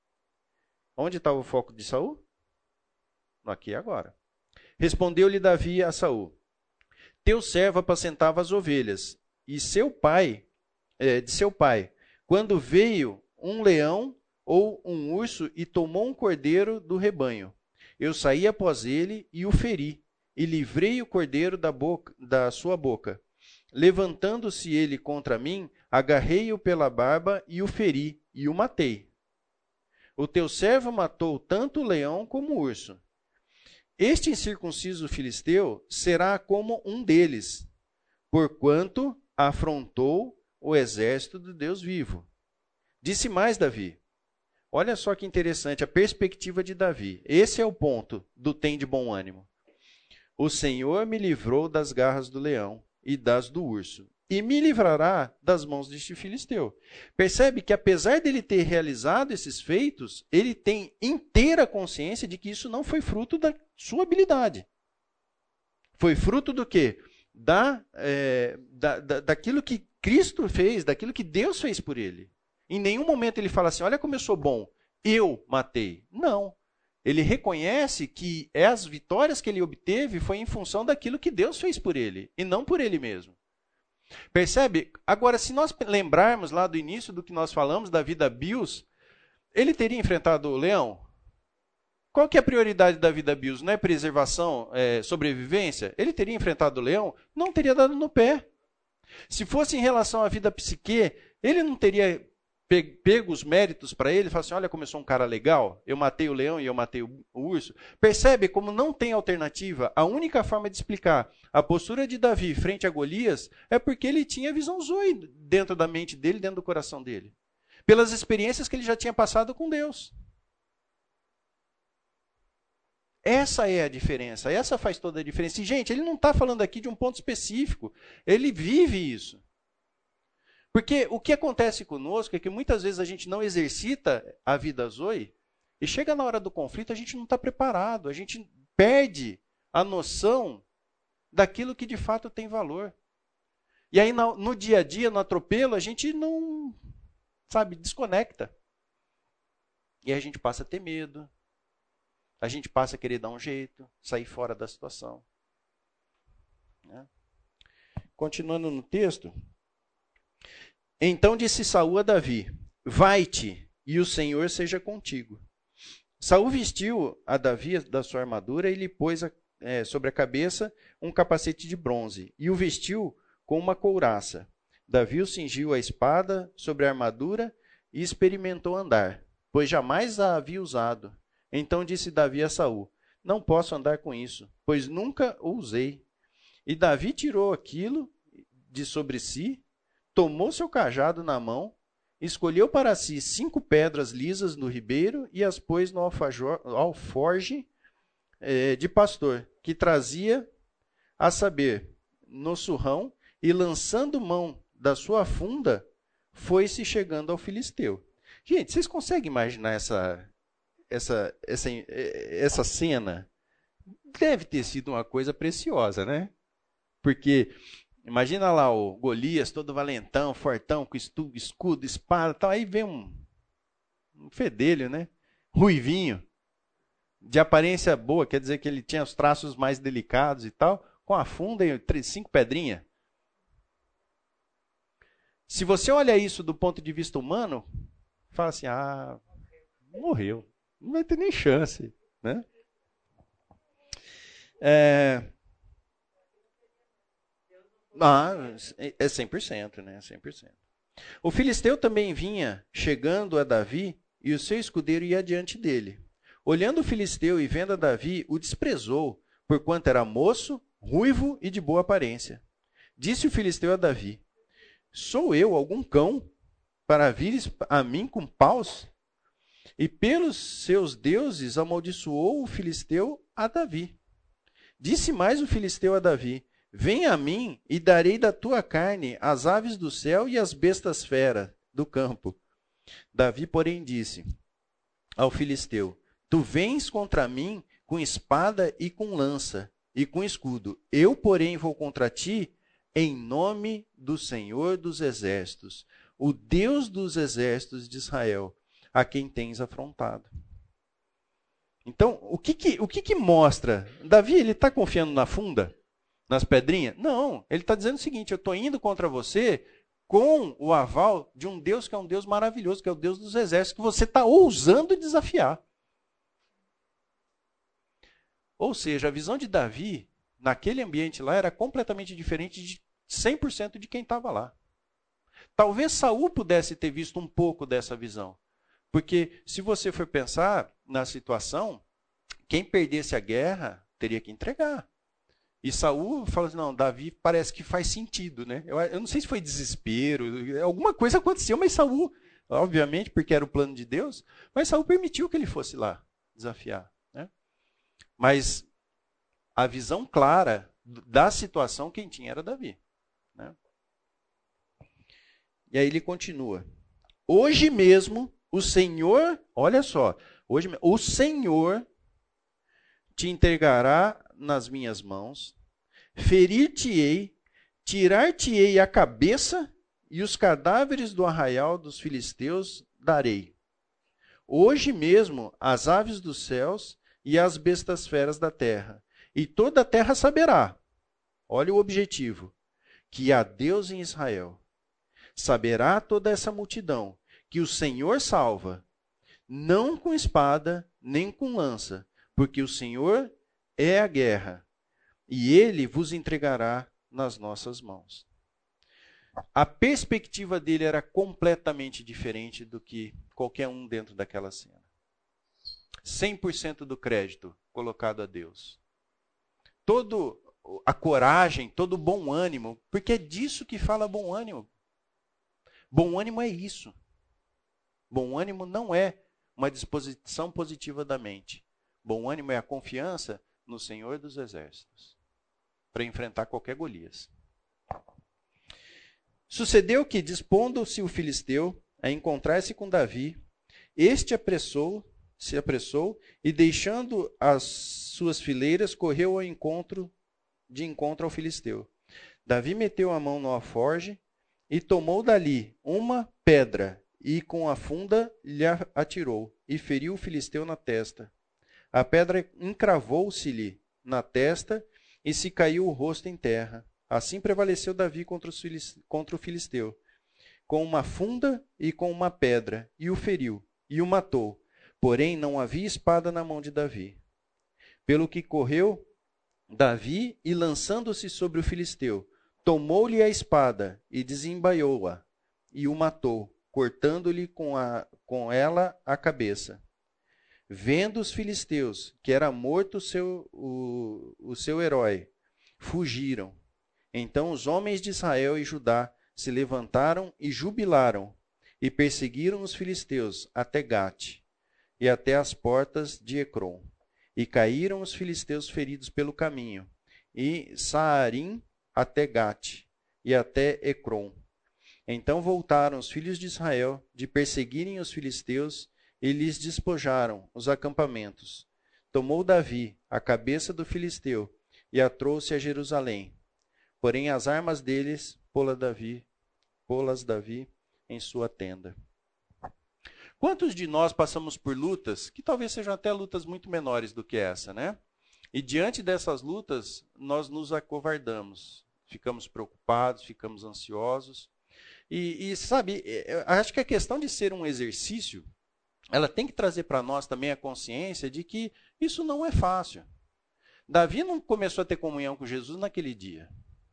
Onde estava o foco de Saul? Aqui agora. Respondeu-lhe Davi a Saul: teu servo apacentava as ovelhas, e seu pai, é, de seu pai, quando veio um leão ou um urso e tomou um cordeiro do rebanho, eu saí após ele e o feri, e livrei o cordeiro da, boca, da sua boca. Levantando-se ele contra mim, agarrei-o pela barba e o feri, e o matei. O teu servo matou tanto o leão como o urso. Este incircunciso filisteu será como um deles, porquanto afrontou o exército do Deus vivo. Disse mais Davi. Olha só que interessante a perspectiva de Davi. Esse é o ponto do tem de bom ânimo. O Senhor me livrou das garras do leão e das do urso, e me livrará das mãos deste filisteu. Percebe que apesar dele ter realizado esses feitos, ele tem inteira consciência de que isso não foi fruto da sua habilidade. Foi fruto do quê? Da, é, da, da, daquilo que Cristo fez, daquilo que Deus fez por ele. Em nenhum momento ele fala assim, olha como eu sou bom, eu matei. Não. Ele reconhece que as vitórias que ele obteve foi em função daquilo que Deus fez por ele, e não por ele mesmo. Percebe? Agora, se nós lembrarmos lá do início do que nós falamos da vida Bills, ele teria enfrentado o leão? Qual que é a prioridade da vida Bills? Não é preservação, é, sobrevivência? Ele teria enfrentado o leão? Não teria dado no pé. Se fosse em relação à vida psique, ele não teria pego os méritos para ele e falar assim, olha como eu sou um cara legal, eu matei o leão e eu matei o urso. Percebe como não tem alternativa? A única forma de explicar a postura de Davi frente a Golias é porque ele tinha visão zoe dentro da mente dele, dentro do coração dele. Pelas experiências que ele já tinha passado com Deus. Essa é a diferença, essa faz toda a diferença. E, gente, ele não está falando aqui de um ponto específico, ele vive isso. Porque o que acontece conosco é que muitas vezes a gente não exercita a vida zoe e chega na hora do conflito a gente não está preparado, a gente perde a noção daquilo que de fato tem valor. E aí no, no dia a dia, no atropelo, a gente não, sabe, desconecta. E aí a gente passa a ter medo, a gente passa a querer dar um jeito, sair fora da situação. Né? Continuando no texto... Então disse Saul a Davi, vai-te, e o Senhor seja contigo. Saul vestiu a Davi da sua armadura e lhe pôs a, é, sobre a cabeça um capacete de bronze, e o vestiu com uma couraça. Davi o cingiu a espada sobre a armadura e experimentou andar, pois jamais a havia usado. Então disse Davi a Saul, não posso andar com isso, pois nunca o usei. E Davi tirou aquilo de sobre si, tomou seu cajado na mão, escolheu para si cinco pedras lisas no ribeiro e as pôs no alfajor, alforge eh, de pastor, que trazia, a saber, no surrão, e lançando mão da sua funda, foi-se chegando ao filisteu. Gente, vocês conseguem imaginar essa, essa, essa, essa cena? Deve ter sido uma coisa preciosa, né? Porque... imagina lá o Golias, todo valentão, fortão, com escudo, espada, tal. Aí vem um, um fedelho, né? Ruivinho, de aparência boa, quer dizer que ele tinha os traços mais delicados e tal, com a funda e três, cinco pedrinhas. Se você olha isso do ponto de vista humano, fala assim, ah, morreu, não vai ter nem chance, né? É... Ah, é cem por cento, né? cem por cento. O filisteu também vinha chegando a Davi e o seu escudeiro ia diante dele. Olhando o filisteu e vendo a Davi, o desprezou, porquanto era moço, ruivo e de boa aparência. Disse o filisteu a Davi, sou eu algum cão para vires a mim com paus? E pelos seus deuses amaldiçoou o filisteu a Davi. Disse mais o filisteu a Davi, vem a mim e darei da tua carne as aves do céu e as bestas feras do campo. Davi, porém, disse ao filisteu, tu vens contra mim com espada e com lança, e com escudo. Eu, porém, vou contra ti em nome do Senhor dos Exércitos, o Deus dos exércitos de Israel, a quem tens afrontado. Então, o que que, o que, que mostra? Davi, ele está confiando na funda? Nas pedrinhas? Não, ele está dizendo o seguinte, eu estou indo contra você com o aval de um Deus que é um Deus maravilhoso, que é o Deus dos exércitos, que você está ousando desafiar. Ou seja, a visão de Davi, naquele ambiente lá, era completamente diferente de cem por cento de quem estava lá. Talvez Saul pudesse ter visto um pouco dessa visão. Porque se você for pensar na situação, quem perdesse a guerra teria que entregar. E Saul fala assim, não, Davi parece que faz sentido, né? Eu, eu não sei se foi desespero, alguma coisa aconteceu, mas Saul, obviamente, porque era o plano de Deus, mas Saul permitiu que ele fosse lá desafiar, né? Mas a visão clara da situação, quem tinha era Davi, né? E aí ele continua. Hoje mesmo, o Senhor, olha só, hoje o Senhor te entregará nas minhas mãos, ferir-te-ei, tirar-te-ei a cabeça e os cadáveres do arraial dos filisteus darei. Hoje mesmo as aves dos céus e as bestas feras da terra, e toda a terra saberá, olha o objetivo, que há Deus em Israel. Saberá toda essa multidão que o Senhor salva, não com espada nem com lança, porque o Senhor é a guerra, e ele vos entregará nas nossas mãos. A perspectiva dele era completamente diferente do que qualquer um dentro daquela cena. cem por cento do crédito colocado a Deus. Toda a coragem, todo o bom ânimo, porque é disso que fala bom ânimo. Bom ânimo é isso. Bom ânimo não é uma disposição positiva da mente. Bom ânimo é a confiança no Senhor dos Exércitos para enfrentar qualquer Golias. Sucedeu que, dispondo-se o filisteu a encontrar-se com Davi, este apressou, se apressou e, deixando as suas fileiras, correu ao encontro, de encontro ao filisteu. Davi meteu a mão no alforje e tomou dali uma pedra e com a funda lhe atirou e feriu o filisteu na testa. A pedra encravou-se-lhe na testa e se caiu o rosto em terra. Assim prevaleceu Davi contra o filisteu, com uma funda e com uma pedra, e o feriu, e o matou. Porém, não havia espada na mão de Davi. Pelo que correu Davi e, lançando-se sobre o filisteu, tomou-lhe a espada e desembaiou-a, e o matou, cortando-lhe com, a, com ela a cabeça. Vendo os filisteus que era morto o seu, o, o seu herói, fugiram. Então os homens de Israel e Judá se levantaram e jubilaram, e perseguiram os filisteus até Gate, e até as portas de Ecrom. E caíram os filisteus feridos pelo caminho, e Saarim até Gate, e até Ecrom. Então voltaram os filhos de Israel de perseguirem os filisteus, e lhes despojaram os acampamentos. Tomou Davi a cabeça do filisteu, e a trouxe a Jerusalém. Porém as armas deles pô-las Davi, pô-las Davi em sua tenda. Quantos de nós passamos por lutas, que talvez sejam até lutas muito menores do que essa, né? E diante dessas lutas, nós nos acovardamos, ficamos preocupados, ficamos ansiosos. E, e sabe, acho que a questão de ser um exercício, ela tem que trazer para nós também a consciência de que isso não é fácil. Davi não começou a ter comunhão com Jesus naquele dia.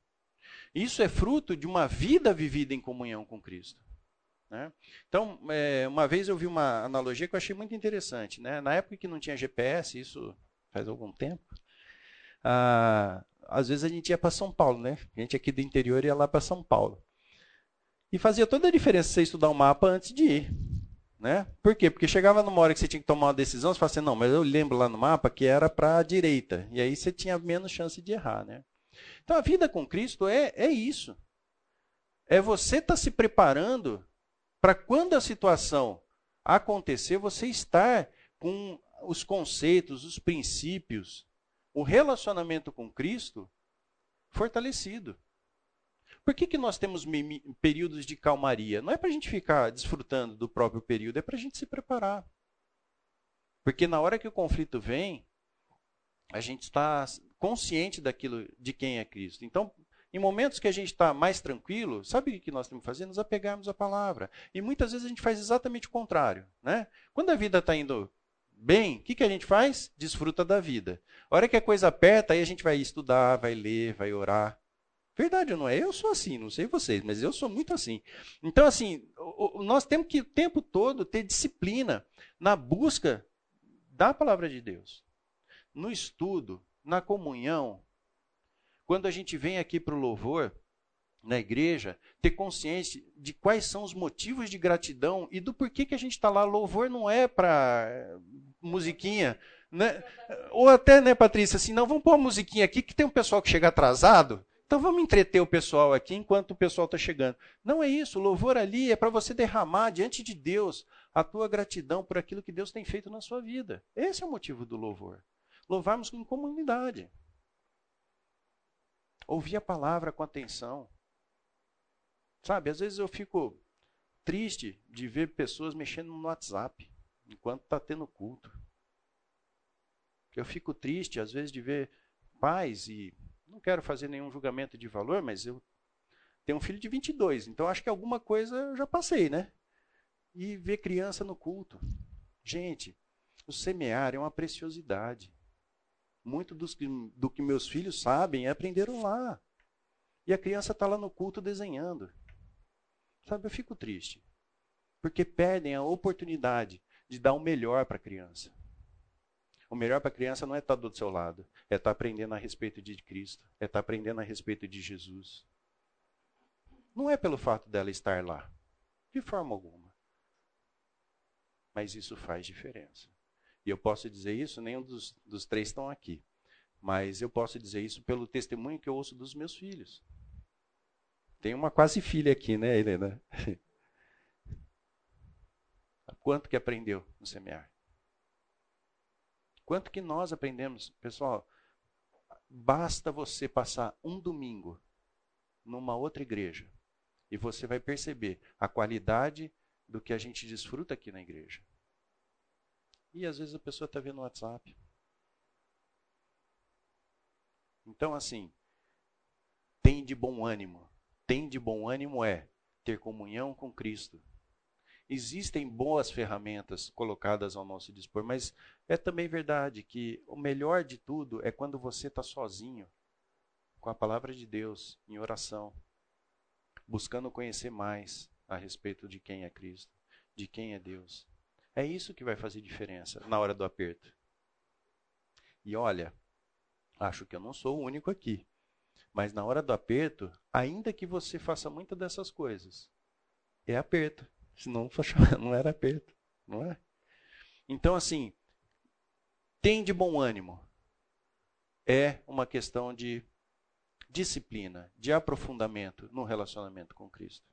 Isso é fruto de uma vida vivida em comunhão com Cristo, né? Então, é, uma vez eu vi uma analogia que eu achei muito interessante, né? Na época que não tinha G P S, isso faz algum tempo, ah, às vezes a gente ia para São Paulo, né? A gente aqui do interior ia lá para São Paulo. E fazia toda a diferença você estudar o mapa antes de ir, né? Por quê? Porque chegava numa hora que você tinha que tomar uma decisão, você falava assim, não, mas eu lembro lá no mapa que era para a direita. E aí você tinha menos chance de errar, né? Então a vida com Cristo é, é isso. É você estar tá se preparando para quando a situação acontecer, você estar com os conceitos, os princípios, o relacionamento com Cristo fortalecido. Por que, que nós temos períodos de calmaria? Não é para a gente ficar desfrutando do próprio período, é para a gente se preparar. Porque na hora que o conflito vem, a gente está consciente daquilo, de quem é Cristo. Então, em momentos que a gente está mais tranquilo, sabe o que nós temos que fazer? Nos apegarmos à palavra. E muitas vezes a gente faz exatamente o contrário, né? Quando a vida está indo bem, o que, que a gente faz? Desfruta da vida. A hora que a coisa aperta, aí a gente vai estudar, vai ler, vai orar. Verdade ou não é? Eu sou assim, não sei vocês, mas eu sou muito assim. Então, assim, nós temos que o tempo todo ter disciplina na busca da palavra de Deus. No estudo, na comunhão. Quando a gente vem aqui para o louvor, na igreja, ter consciência de quais são os motivos de gratidão e do porquê que a gente está lá. Louvor não é para musiquinha, né? Ou até, né, Patrícia, assim, não, vamos pôr uma musiquinha aqui que tem um pessoal que chega atrasado. Então vamos entreter o pessoal aqui enquanto o pessoal está chegando. Não é isso. O louvor ali é para você derramar diante de Deus a tua gratidão por aquilo que Deus tem feito na sua vida. Esse é o motivo do louvor. Louvarmos em comunidade. Ouvir a palavra com atenção. Sabe, às vezes eu fico triste de ver pessoas mexendo no WhatsApp enquanto está tendo culto. Eu fico triste, às vezes, de ver pais e... Não quero fazer nenhum julgamento de valor, mas eu tenho um filho de vinte e dois, então acho que alguma coisa eu já passei, né? E ver criança no culto. Gente, o semear é uma preciosidade. Muito dos que, do que meus filhos sabem aprenderam lá. E a criança está lá no culto desenhando. Sabe, eu fico triste. Porque perdem a oportunidade de dar o melhor para a criança. O melhor para a criança não é estar do seu lado, é estar aprendendo a respeito de Cristo, é estar aprendendo a respeito de Jesus. Não é pelo fato dela estar lá, de forma alguma. Mas isso faz diferença. E eu posso dizer isso, nenhum dos, dos três estão aqui, mas eu posso dizer isso pelo testemunho que eu ouço dos meus filhos. Tem uma quase filha aqui, né, Helena? Quanto que aprendeu no semear? Quanto que nós aprendemos? Pessoal, basta você passar um domingo numa outra igreja e você vai perceber a qualidade do que a gente desfruta aqui na igreja. E às vezes a pessoa está vendo no WhatsApp. Então, assim, tem de bom ânimo. Tem de bom ânimo é ter comunhão com Cristo. Existem boas ferramentas colocadas ao nosso dispor, mas é também verdade que o melhor de tudo é quando você está sozinho, com a palavra de Deus, em oração, buscando conhecer mais a respeito de quem é Cristo, de quem é Deus. É isso que vai fazer diferença na hora do aperto. E olha, acho que eu não sou o único aqui, mas na hora do aperto, ainda que você faça muitas dessas coisas, é aperto. Senão não era aperto, não é? Então, assim, tem de bom ânimo. É uma questão de disciplina, de aprofundamento no relacionamento com Cristo.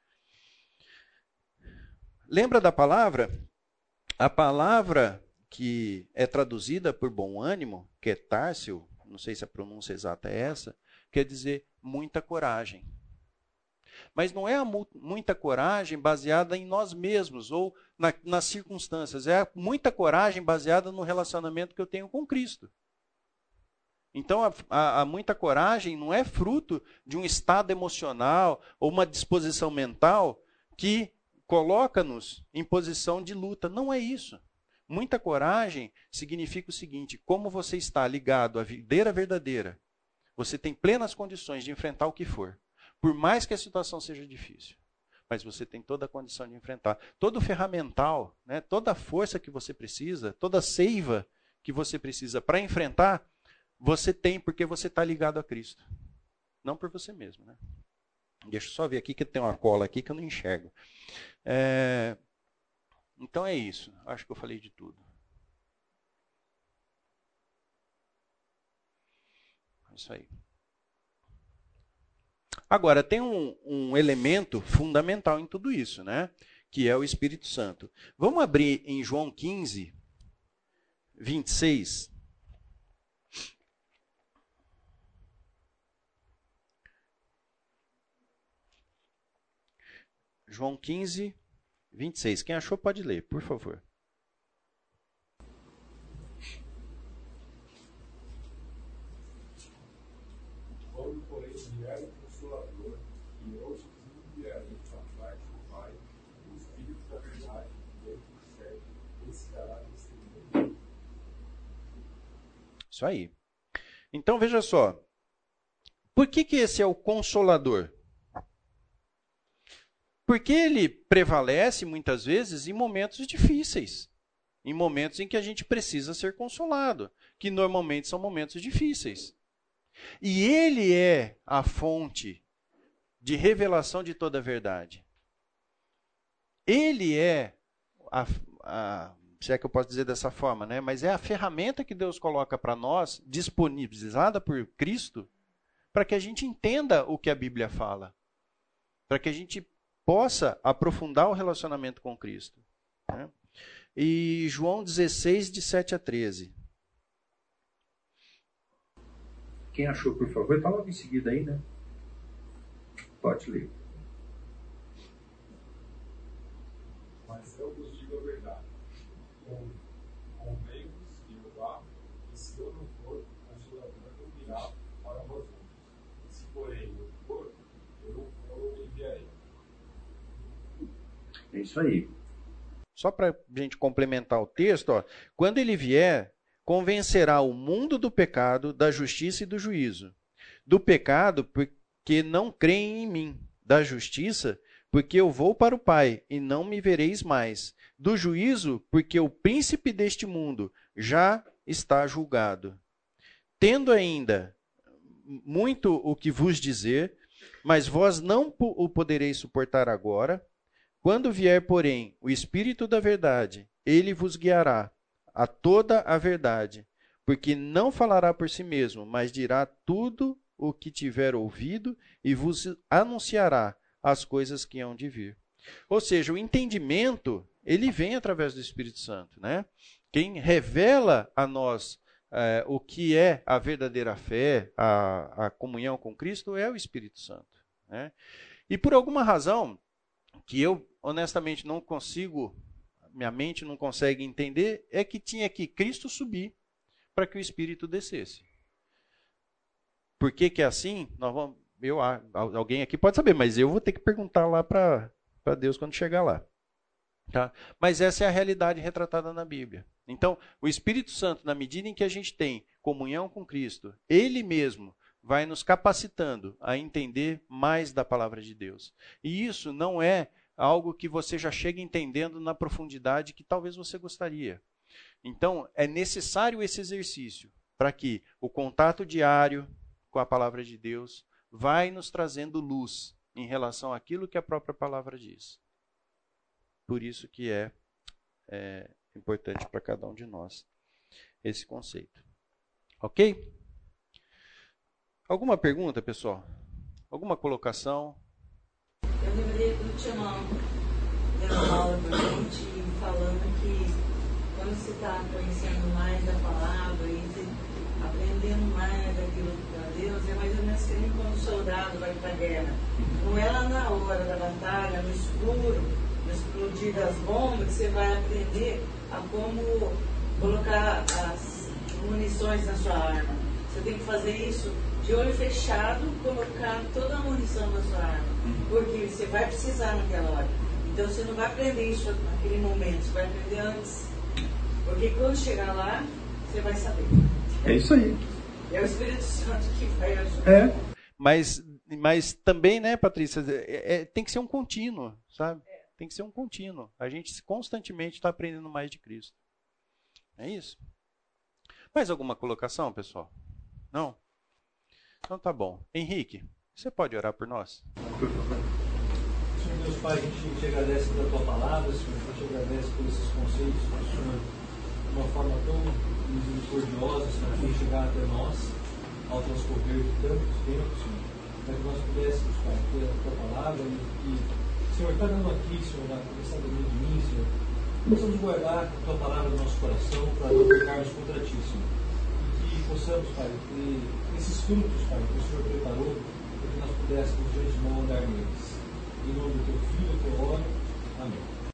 Lembra da palavra? A palavra que é traduzida por bom ânimo, que é Tárcio, não sei se a pronúncia exata é essa, quer dizer muita coragem. Mas não é a mu- muita coragem baseada em nós mesmos ou na, nas circunstâncias. É a muita coragem baseada no relacionamento que eu tenho com Cristo. Então, a, a, a muita coragem não é fruto de um estado emocional ou uma disposição mental que coloca-nos em posição de luta. Não é isso. Muita coragem significa o seguinte: como você está ligado à videira verdadeira, você tem plenas condições de enfrentar o que for. Por mais que a situação seja difícil, mas você tem toda a condição de enfrentar. Todo o ferramental, né, toda a força que você precisa, toda a seiva que você precisa para enfrentar, você tem porque você está ligado a Cristo. Não por você mesmo. Né? Deixa eu só ver aqui que tem uma cola aqui que eu não enxergo. É... Então é isso. Acho que eu falei de tudo. É isso aí. Agora, tem um, um elemento fundamental em tudo isso, né? Que é o Espírito Santo. Vamos abrir em João quinze, vinte e seis. João quinze, vinte e seis. Quem achou pode ler, por favor. Quando, porém, vier o Consolador, e eu os enviarei da parte do Pai, o Espírito da verdade, dentro do céu, esse dará testemunho. Isso aí. Então, veja só. Por que que esse é o Consolador? Porque ele prevalece, muitas vezes, em momentos difíceis. Em momentos em que a gente precisa ser consolado. Que normalmente são momentos difíceis. E ele é a fonte de revelação de toda a verdade. Ele é, a, a, se é que eu posso dizer dessa forma, né? Mas é a ferramenta que Deus coloca para nós, disponibilizada por Cristo, para que a gente entenda o que a Bíblia fala. Para que a gente possa aprofundar o relacionamento com Cristo. Né? E João dezesseis, de sete a treze. Quem achou, por favor, está logo em seguida aí, né? Pode ler. Mas eu vos digo a verdade. Convém-vos que eu vá, e se eu não for, o Consolador não virá para vós outros. Se porém eu for, eu o enviarei. É isso aí. Só para a gente complementar o texto, ó, quando ele vier, convencerá o mundo do pecado, da justiça e do juízo. Do pecado, porque não creem em mim. Da justiça, porque eu vou para o Pai, e não me vereis mais. Do juízo, porque o príncipe deste mundo já está julgado. Tendo ainda muito o que vos dizer, mas vós não o podereis suportar agora. Quando vier, porém, o Espírito da verdade, ele vos guiará a toda a verdade, porque não falará por si mesmo, mas dirá tudo o que tiver ouvido e vos anunciará as coisas que hão de vir. Ou seja, o entendimento, ele vem através do Espírito Santo, né? Quem revela a nós é, o que é a verdadeira fé, a, a comunhão com Cristo, é o Espírito Santo, né? E por alguma razão que eu honestamente não consigo, minha mente não consegue entender, é que tinha que Cristo subir para que o Espírito descesse. Por que que é assim? Nós vamos, eu, alguém aqui pode saber, mas eu vou ter que perguntar lá para para Deus quando chegar lá. Tá? Mas essa é a realidade retratada na Bíblia. Então, o Espírito Santo, na medida em que a gente tem comunhão com Cristo, ele mesmo vai nos capacitando a entender mais da palavra de Deus. E isso não é algo que você já chega entendendo na profundidade que talvez você gostaria. Então, é necessário esse exercício para que o contato diário com a palavra de Deus vai nos trazendo luz em relação àquilo que a própria palavra diz. Por isso que é, é importante para cada um de nós esse conceito. Ok? Alguma pergunta, pessoal? Alguma colocação? Eu lembrei do Tchamão dando uma aula para a gente, falando que quando você está conhecendo mais da palavra e aprendendo mais daquilo que Deus, é mais ou menos que nem quando o soldado vai para a guerra. Não é lá na hora da batalha, no escuro, no explodir das bombas, que você vai aprender a como colocar as munições na sua arma. Você tem que fazer isso de olho fechado, colocar toda a munição na sua arma, porque você vai precisar naquela hora. Então você não vai aprender isso naquele momento, você vai aprender antes, porque quando chegar lá, você vai saber. É isso aí. É o Espírito Santo que vai ajudar. É. Mas, mas também, né, Patrícia, é, é, tem que ser um contínuo, sabe? É. Tem que ser um contínuo. A gente constantemente está aprendendo mais de Cristo. É isso? Mais alguma colocação, pessoal? Não? Então tá bom. Henrique, você pode orar por nós? Senhor Deus Pai, a gente te agradece pela tua palavra, Senhor, a gente te agradece por esses conceitos que o Senhor, de uma forma tão misericordiosa, Senhor, fez chegar até nós, ao transcorrer de tantos tempos, Senhor, para que nós pudéssemos, Pai, ter a tua palavra e que o Senhor está dando aqui, Senhor, na conversa de mim, Senhor, possamos guardar a tua palavra no nosso coração para não pecarmos contra ti, Senhor. E que possamos, Pai, ter esses frutos, Pai, que o Senhor preparou, para que nós pudéssemos hoje não andar neles. Em nome do teu Filho, teu óleo. Amém.